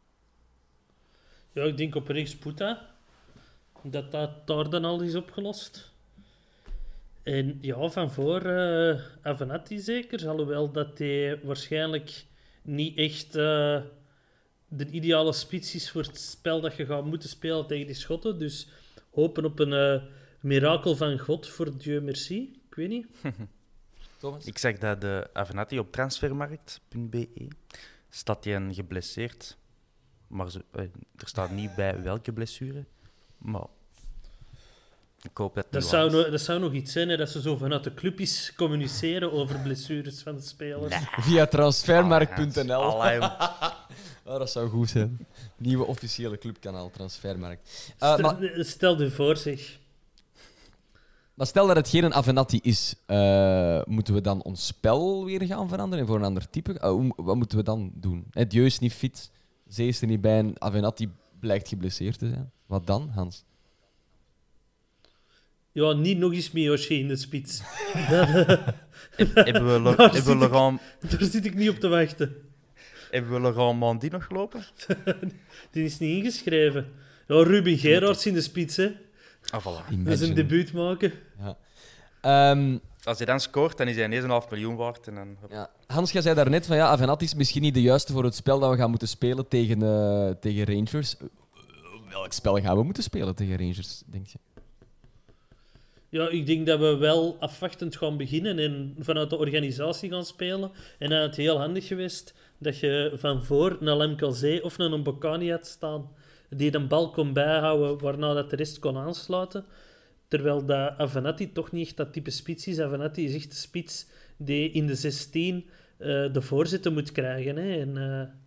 Ja, ik denk op rechts Puta. Dat daar dan al is opgelost. En ja, van voor Avenatti zeker. Alhoewel dat hij waarschijnlijk niet echt de ideale spits is voor het spel dat je gaat moeten spelen tegen die Schotten. Dus hopen op een mirakel van God voor Dieu merci. Ik weet niet. Thomas? Ik zag dat de Avenatti op transfermarkt.be staat hij geblesseerd. Maar er staat niet bij welke blessure. Maar ik hoop dat dat zou nog iets zijn, hè, dat ze zo vanuit de clubjes communiceren over blessures van de spelers. Nee. Via transfermarkt.nl. Dat zou goed zijn. Nieuwe officiële clubkanaal, Transfermarkt. Stel je voor, zeg. Maar stel dat het geen Avenatti is, moeten we dan ons spel weer gaan veranderen en voor een ander type? Wat moeten we dan doen? Dieu is niet fit. Zee is er niet bij en Avenatti blijkt geblesseerd te zijn. Wat dan, Hans? Ja, niet nog eens Miyoshi in de spits. Hebben we Laurent... Daar zit ik niet op te wachten. Hebben we Laurent Mandy nog lopen? Die is niet ingeschreven. Ja, Ruben Gerards in de spits, hè. Voilà. Dat is een debuut maken. Ja. Als hij dan scoort, dan is hij ineens $5 miljoen waard. En dan... Ja. Hans, jij zei daarnet van Avenatti is misschien niet de juiste voor het spel dat we gaan moeten spelen tegen Rangers. Welk spel gaan we moeten spelen tegen Rangers, denk je? Ja, ik denk dat we wel afwachtend gaan beginnen en vanuit de organisatie gaan spelen. En dan is het heel handig geweest dat je van voor naar Lemkelzee of naar een Bocani had staan die de bal kon bijhouden, waarna dat de rest kon aansluiten. Terwijl dat Avenatti toch niet echt dat type spits is. Avenatti is echt de spits die in de 16 de voorzitter moet krijgen. Hè. En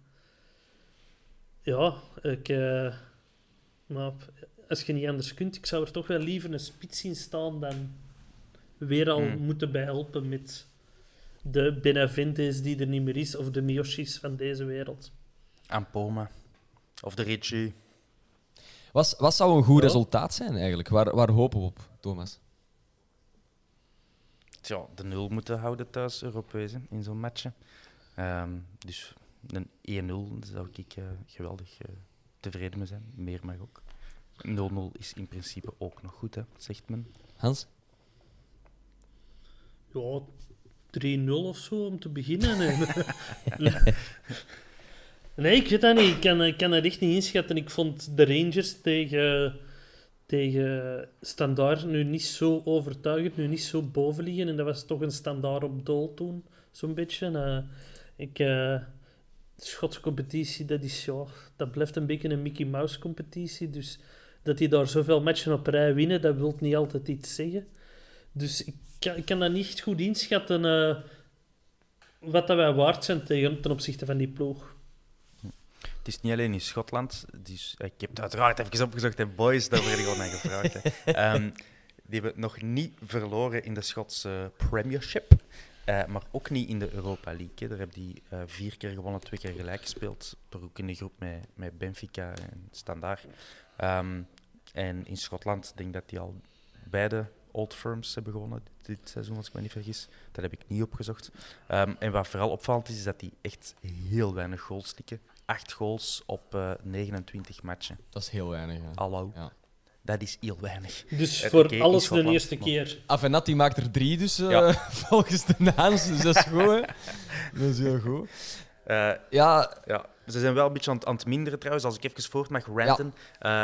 maar als je niet anders kunt, ik zou er toch wel liever een spits zien staan dan weer al moeten bijhelpen met de Benavendes die er niet meer is of de Miyoshis van deze wereld. Ampoma. Of de Ricci. Wat zou een goed resultaat zijn eigenlijk? Waar hopen we op, Thomas? Tja, de 0 moeten houden thuis, Europees, in zo'n match. Dus een 1-0 zou ik geweldig tevreden mee zijn. Meer mag ook. 0-0 is in principe ook nog goed, hè, zegt men. Hans? Ja, 3-0 of zo om te beginnen. Nee, ik weet dat niet. Ik kan het echt niet inschatten. Ik vond de Rangers tegen Standaard nu niet zo overtuigend, nu niet zo boven liggen. En dat was toch een Standaard op doel toen, zo'n beetje. De Schotse competitie, dat blijft een beetje een Mickey Mouse competitie. Dus dat die daar zoveel matchen op rij winnen, dat wil niet altijd iets zeggen. Dus ik kan dat niet echt goed inschatten wat dat wij waard zijn ten opzichte van die ploeg. Het is niet alleen in Schotland. Dus, ik heb het uiteraard even opgezocht. En boys, daar werd ik al naar gevraagd. Die hebben nog niet verloren in de Schotse Premiership. Maar ook niet in de Europa League. Hè. Daar hebben die 4 keer gewonnen, 2 keer gelijk gespeeld. Toch ook in de groep met Benfica en Standaard. En in Schotland denk ik dat die al beide Old Firms hebben gewonnen dit seizoen, als ik me niet vergis. Dat heb ik niet opgezocht. En wat vooral opvallend is dat die echt heel weinig goals stikken. 8 goals op 29 matchen. Dat is heel weinig. Ja. Hallo. Ja. Dat is heel weinig. Dus voor alles de Schotland, eerste keer. Avenatti maakt er 3 dus, volgens de naams. Dus dat is goed, hè? Dat is heel goed. Ja, ze zijn wel een beetje aan het minderen trouwens. Als ik even voort mag ranten.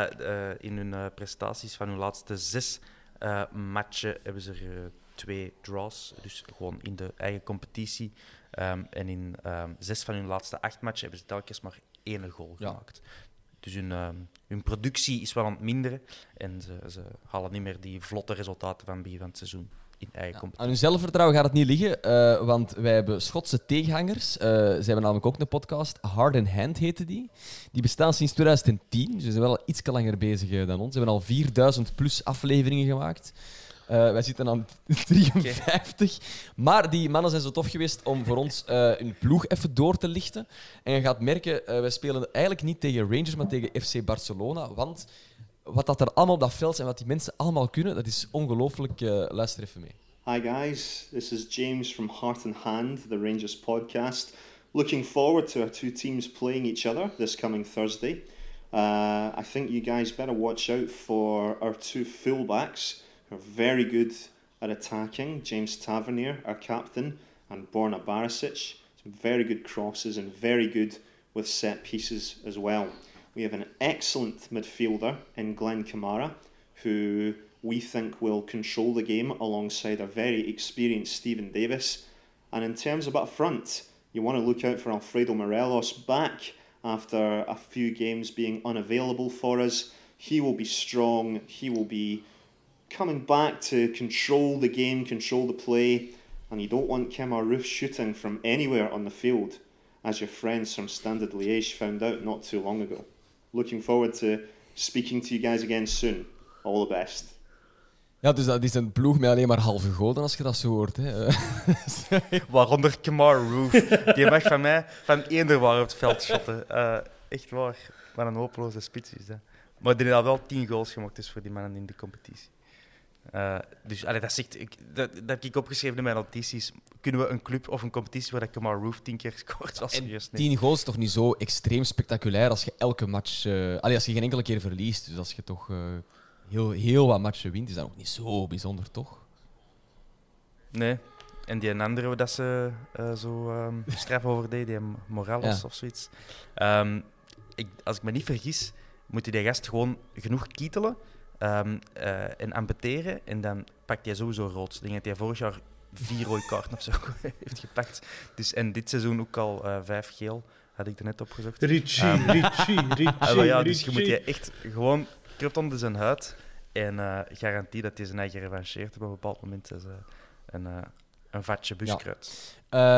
In hun prestaties van hun laatste 6 matchen hebben ze er 2 draws. Dus gewoon in de eigen competitie. En in 6 van hun laatste 8 matchen hebben ze telkens maar 1 goal gemaakt. Dus hun productie is wel aan het minderen. En ze halen niet meer die vlotte resultaten van het begin van het seizoen in eigen competitie. Aan hun zelfvertrouwen gaat het niet liggen, want wij hebben Schotse tegenhangers. Ze hebben namelijk ook een podcast, Hard in Hand heette die. Die bestaan sinds 2010, dus ze zijn wel iets langer bezig dan ons. Ze hebben al 4000 plus afleveringen gemaakt. Wij zitten aan 53. Maar die mannen zijn zo tof geweest om voor ons hun ploeg even door te lichten. En je gaat merken, wij spelen eigenlijk niet tegen Rangers, maar tegen FC Barcelona. Want wat dat er allemaal op dat veld en wat die mensen allemaal kunnen, dat is ongelooflijk. Luister even mee. Hi guys, this is James from Heart and Hand, the Rangers podcast. Looking forward to our 2 teams playing each other this coming Thursday. I think you guys better watch out for our 2 fullbacks. Are very good at attacking. James Tavernier, our captain, and Borna Barisic. Some very good crosses and very good with set pieces as well. We have an excellent midfielder in Glenn Kamara, who we think will control the game alongside a very experienced Stephen Davis. And in terms of up front, you want to look out for Alfredo Morelos back after a few games being unavailable for us. He will be strong. He will be coming back to control the game, control the play, and you don't want Kemar Roof shooting from anywhere on the field, as your friends from Standard Liège found out not too long ago. Looking forward to speaking to you guys again soon. All the best. Ja, dus dat is een ploeg met alleen maar halve goden, als je dat zo hoort. Hè. Waaronder Kemar Roof. Die mag van mij van eender waar op het veld shotten. Echt waar. Wat een hopeloze spits is dat. Maar die heeft al wel 10 goals gemaakt dus voor die mannen in de competitie. Dus dat heb ik opgeschreven in mijn notities. Kunnen we een club of een competitie waar Kemar Roof 10 keer scoort? En 10 goals is toch niet zo extreem spectaculair als je elke match... als je geen enkele keer verliest. Dus als je toch heel wat matchen wint, is dat ook niet zo bijzonder, toch? Nee. En die andere dat ze straf over deed, die Morales of zoiets. Als ik me niet vergis, moet die gast gewoon genoeg kietelen en ambeteren. En dan pakt hij sowieso rood. Ik denk dat hij vorig jaar 4 rode kaarten of zo heeft gepakt. Dus, en dit seizoen ook al 5 geel, had ik er net opgezocht. Richie. Dus je moet je echt gewoon krupt onder zijn huid. En garantie dat hij zijn eigen revancheert op een bepaald moment. Als, een vatje buskruid.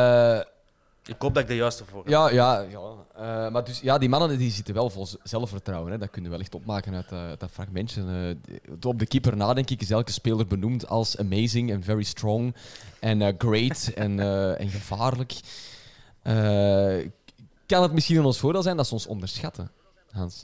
Ik hoop dat ik de juiste voor heb. Ja. Maar dus, die mannen die zitten wel vol zelfvertrouwen. Hè. Dat kun je wel echt opmaken uit dat fragmentje. Op de keeper na, denk ik, is elke speler benoemd als amazing en very strong en great en gevaarlijk. Kan het misschien in ons voordeel zijn dat ze ons onderschatten? Hans?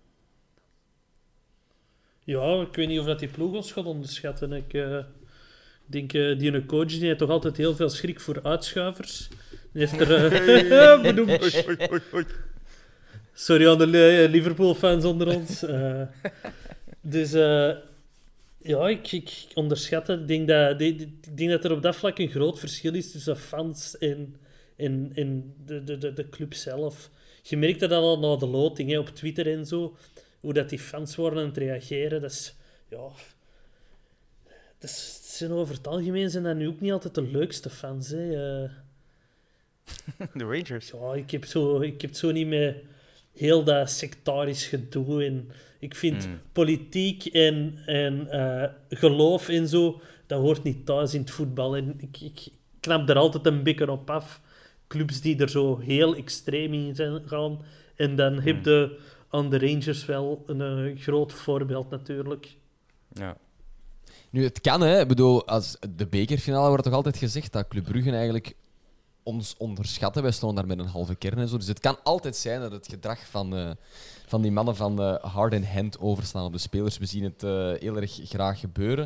Ja, ik weet niet of dat die ploeg ons gaat onderschatten. Ik denk, die ene coach die heeft toch altijd heel veel schrik voor uitschuivers. Die heeft er... bedoeld. Sorry aan de Liverpool-fans onder ons. Dus ja, ik onderschat het. Ik denk dat er op dat vlak een groot verschil is tussen fans en de club zelf. Je merkt dat al na de loting, hè, op Twitter en zo. Hoe dat die fans worden aan het reageren. Dat is... Ja... Dat zijn over het algemeen zijn dat nu ook niet altijd de leukste fans. Hè. De Rangers. Ja, ik heb zo niet meer heel dat sectarisch gedoe. En ik vind politiek en geloof en zo, dat hoort niet thuis in het voetbal. En ik knap er altijd een beetje op af. Clubs die er zo heel extreem in zijn gaan. En dan heb je aan de Rangers wel een groot voorbeeld natuurlijk. Ja. Nu, het kan, hè. Ik bedoel, als de bekerfinale wordt toch altijd gezegd dat Club Brugge eigenlijk ons onderschatten. Wij stonden daar met een halve kern en zo. Dus het kan altijd zijn dat het gedrag van die mannen van hard in hand overslaan op de spelers. We zien het heel erg graag gebeuren.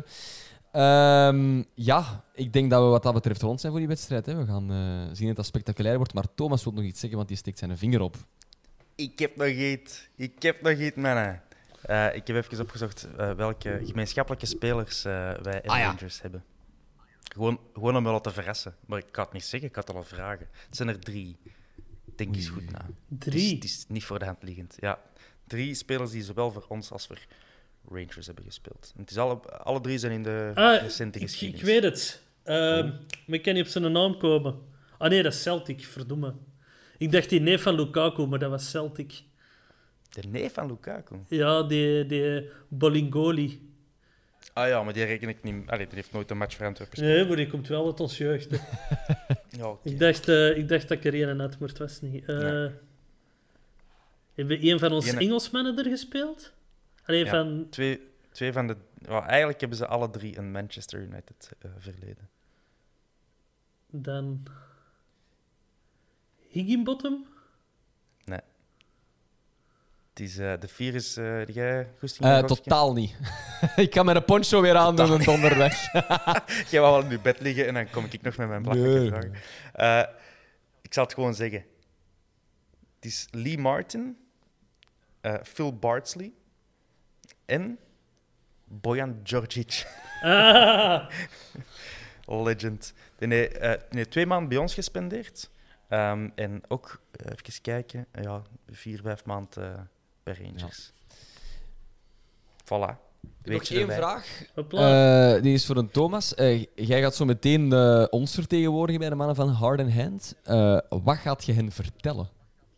Ja, ik denk dat we wat dat betreft rond zijn voor die wedstrijd. Hè. We gaan zien dat het spectaculair wordt. Maar Thomas wil nog iets zeggen, want die steekt zijn vinger op. Ik heb nog iets, mannen. Ik heb even opgezocht welke gemeenschappelijke spelers wij en Rangers hebben. Gewoon om wel te verrassen. Maar ik kan het niet zeggen, ik had het al vragen. Het zijn er 3. Denk eens goed na. 3? Het is niet voor de hand liggend. Ja, 3 spelers die zowel voor ons als voor Rangers hebben gespeeld. En het is alle 3 zijn in de recente geschiedenis. Ik weet het. Maar ik kan niet op zijn naam komen. Ah nee, dat is Celtic, verdomme. Ik dacht die neef van Lukaku, maar dat was Celtic. De neef van Lukaku? Ja, die Bolingoli. Ah ja, maar die reken ik niet... Allee, die heeft nooit een match voor Antwerpen gespeeld. Nee, maar die komt wel uit ons jeugd. Hè. Ja, okay. Ik dacht dat ik er een had, maar het was niet. Nee. Hebben een van onze Engelsmannen er gespeeld? Allee, van... Twee van de... Well, eigenlijk hebben ze alle 3 een Manchester United verleden. Dan... Higginbottom? Nee. Het is de 4 is die jij goesting totaal niet. Ik kan mijn poncho weer aandoen een donderdag. Jij wou wel in je bed liggen en dan kom ik nog met mijn belachelijke vragen. Ik zal het gewoon zeggen. Het is Lee Martin, Phil Bardsley en Bojan Djordjic. Legend. Die heeft 2 maanden bij ons gespendeerd. En ook, even kijken, 4-5 maanden bij Rangers. Voilà. Nog 1 vraag. Die is voor een Thomas. Jij gaat zo meteen ons vertegenwoordigen bij de mannen van Hard in Hand. Wat gaat je hen vertellen?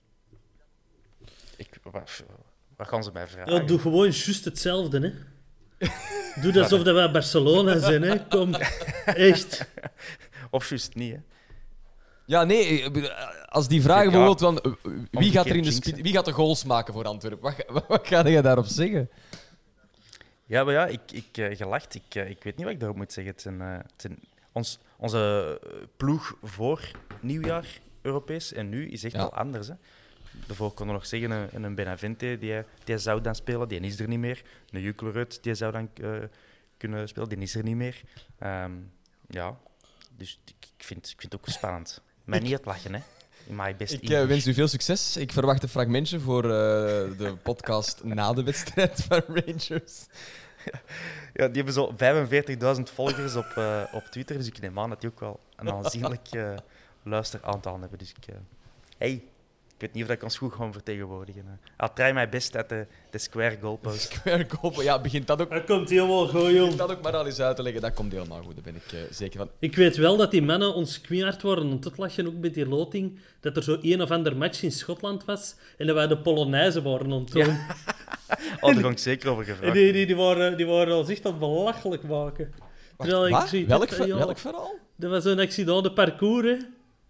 Wat gaan ze mij vragen? Ja, doe gewoon juist hetzelfde, hè. Doe dat alsof we Barcelona zijn, hè. Kom, echt. Of juist niet, hè. Ja, nee, als die vragen bijvoorbeeld van wie gaat de goals maken voor Antwerpen? Wat ga je daarop zeggen? Ja, maar ja, ik gelacht. Ik weet niet wat ik daarop moet zeggen. Onze ploeg voor nieuwjaar Europees en nu is echt wel anders. Hè. Daarvoor konden we nog zeggen een Benavente die zou dan spelen, die is er niet meer. Een Juklerud die zou dan kunnen spelen, die is er niet meer. Ja, dus ik vind het ook spannend. Maar niet het lachen, hè. Ik wens u veel succes. Ik verwacht een fragmentje voor de podcast na de wedstrijd van Rangers. Ja, die hebben zo 45.000 volgers op Twitter, dus ik neem aan dat die ook wel een aanzienlijk luisteraantal hebben. Dus ik weet niet of ik ons goed ga vertegenwoordigen. I'll try my best at de square goalpost. Square goalpost, ja, begint dat ook... Dat komt helemaal goed, jong. Dat ook maar al eens uit te leggen, dat komt helemaal goed, daar ben ik zeker van. Ik weet wel dat die mannen ons kwiaard worden om te lachen, ook met die loting, dat er zo een of ander match in Schotland was en dat wij de Polonaise waren ontdoen. Ja. Daar ga ik zeker over gevraagd. Die waren ons echt aan het belachelijk maken. Wacht, welk verhaal? Dat was een accident de parcours, hè.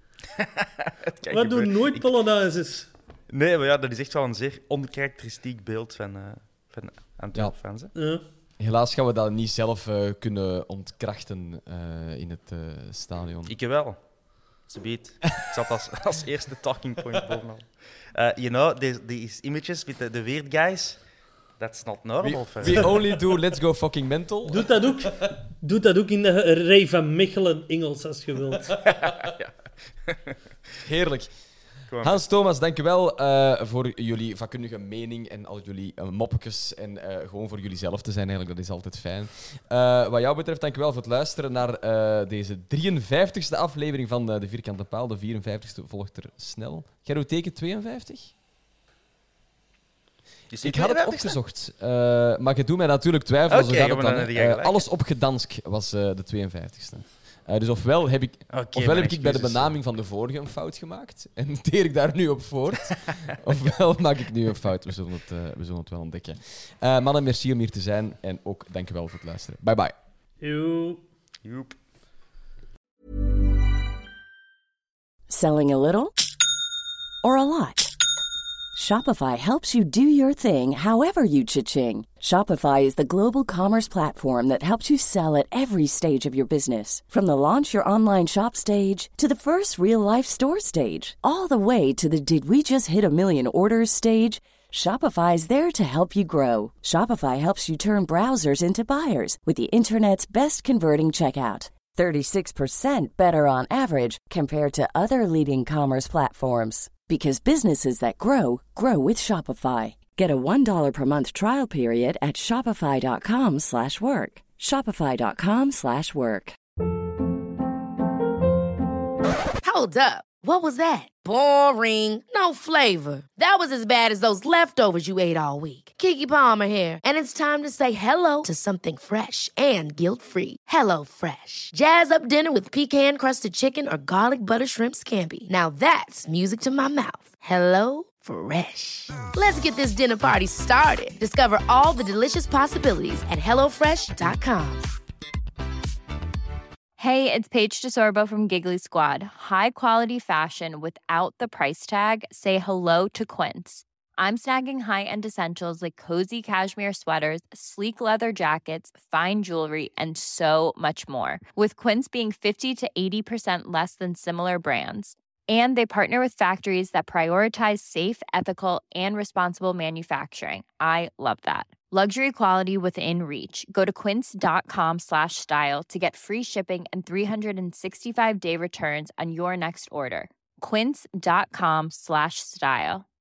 We doen nooit Polonaises. Nee, maar ja, dat is echt wel een zeer onkarakteristiek beeld van Antwerp-fans. Ja. Helaas gaan we dat niet zelf kunnen ontkrachten in het stadion. Ik wel. Subiet. Ik zat als eerste talking point bovenal. These images with the weird guys, that's not normal. We only do Let's Go Fucking Mental. Doe dat ook in de Ray van Mechelen Engels, als je wilt. Ja. Heerlijk. Hans Thomas, dankjewel voor jullie vakkundige mening en al jullie moppetjes en gewoon voor jullie zelf te zijn eigenlijk. Dat is altijd fijn. Wat jou betreft, dankjewel voor het luisteren naar deze 53e aflevering van De Vierkante Paal. De 54e volgt er snel. Geroteken 52? Ik had het opgezocht, maar je doet mij natuurlijk twijfelen. Alles op Gdansk was de 52e. Dus ofwel heb ik bij de benaming van de vorige een fout gemaakt en teer ik daar nu op voort, ofwel maak ik nu een fout. We zullen het wel ontdekken. Mannen, merci om hier te zijn en ook dankjewel voor het luisteren. Bye bye. Joep. Selling a little or a lot? Shopify helps you do your thing however you cha-ching. Shopify is the global commerce platform that helps you sell at every stage of your business. From the launch your online shop stage to the first real-life store stage, all the way to the did we just hit a million orders stage. Shopify is there to help you grow. Shopify helps you turn browsers into buyers with the internet's best converting checkout. 36% better on average compared to other leading commerce platforms. Because businesses that grow, grow with Shopify. Get a $1 per month trial period at shopify.com/work. Shopify.com/work. Hold up. What was that? Boring. No flavor. That was as bad as those leftovers you ate all week. Keke Palmer here, and it's time to say hello to something fresh and guilt-free. Hello Fresh. Jazz up dinner with pecan-crusted chicken or garlic butter shrimp scampi. Now that's music to my mouth. Hello Fresh. Let's get this dinner party started. Discover all the delicious possibilities at hellofresh.com. Hey, it's Paige DeSorbo from Giggly Squad. High quality fashion without the price tag. Say hello to Quince. I'm snagging high-end essentials like cozy cashmere sweaters, sleek leather jackets, fine jewelry, and so much more. With Quince being 50 to 80% less than similar brands. And they partner with factories that prioritize safe, ethical, and responsible manufacturing. I love that. Luxury quality within reach. Go to quince.com/style to get free shipping and 365-day returns on your next order. Quince.com/style.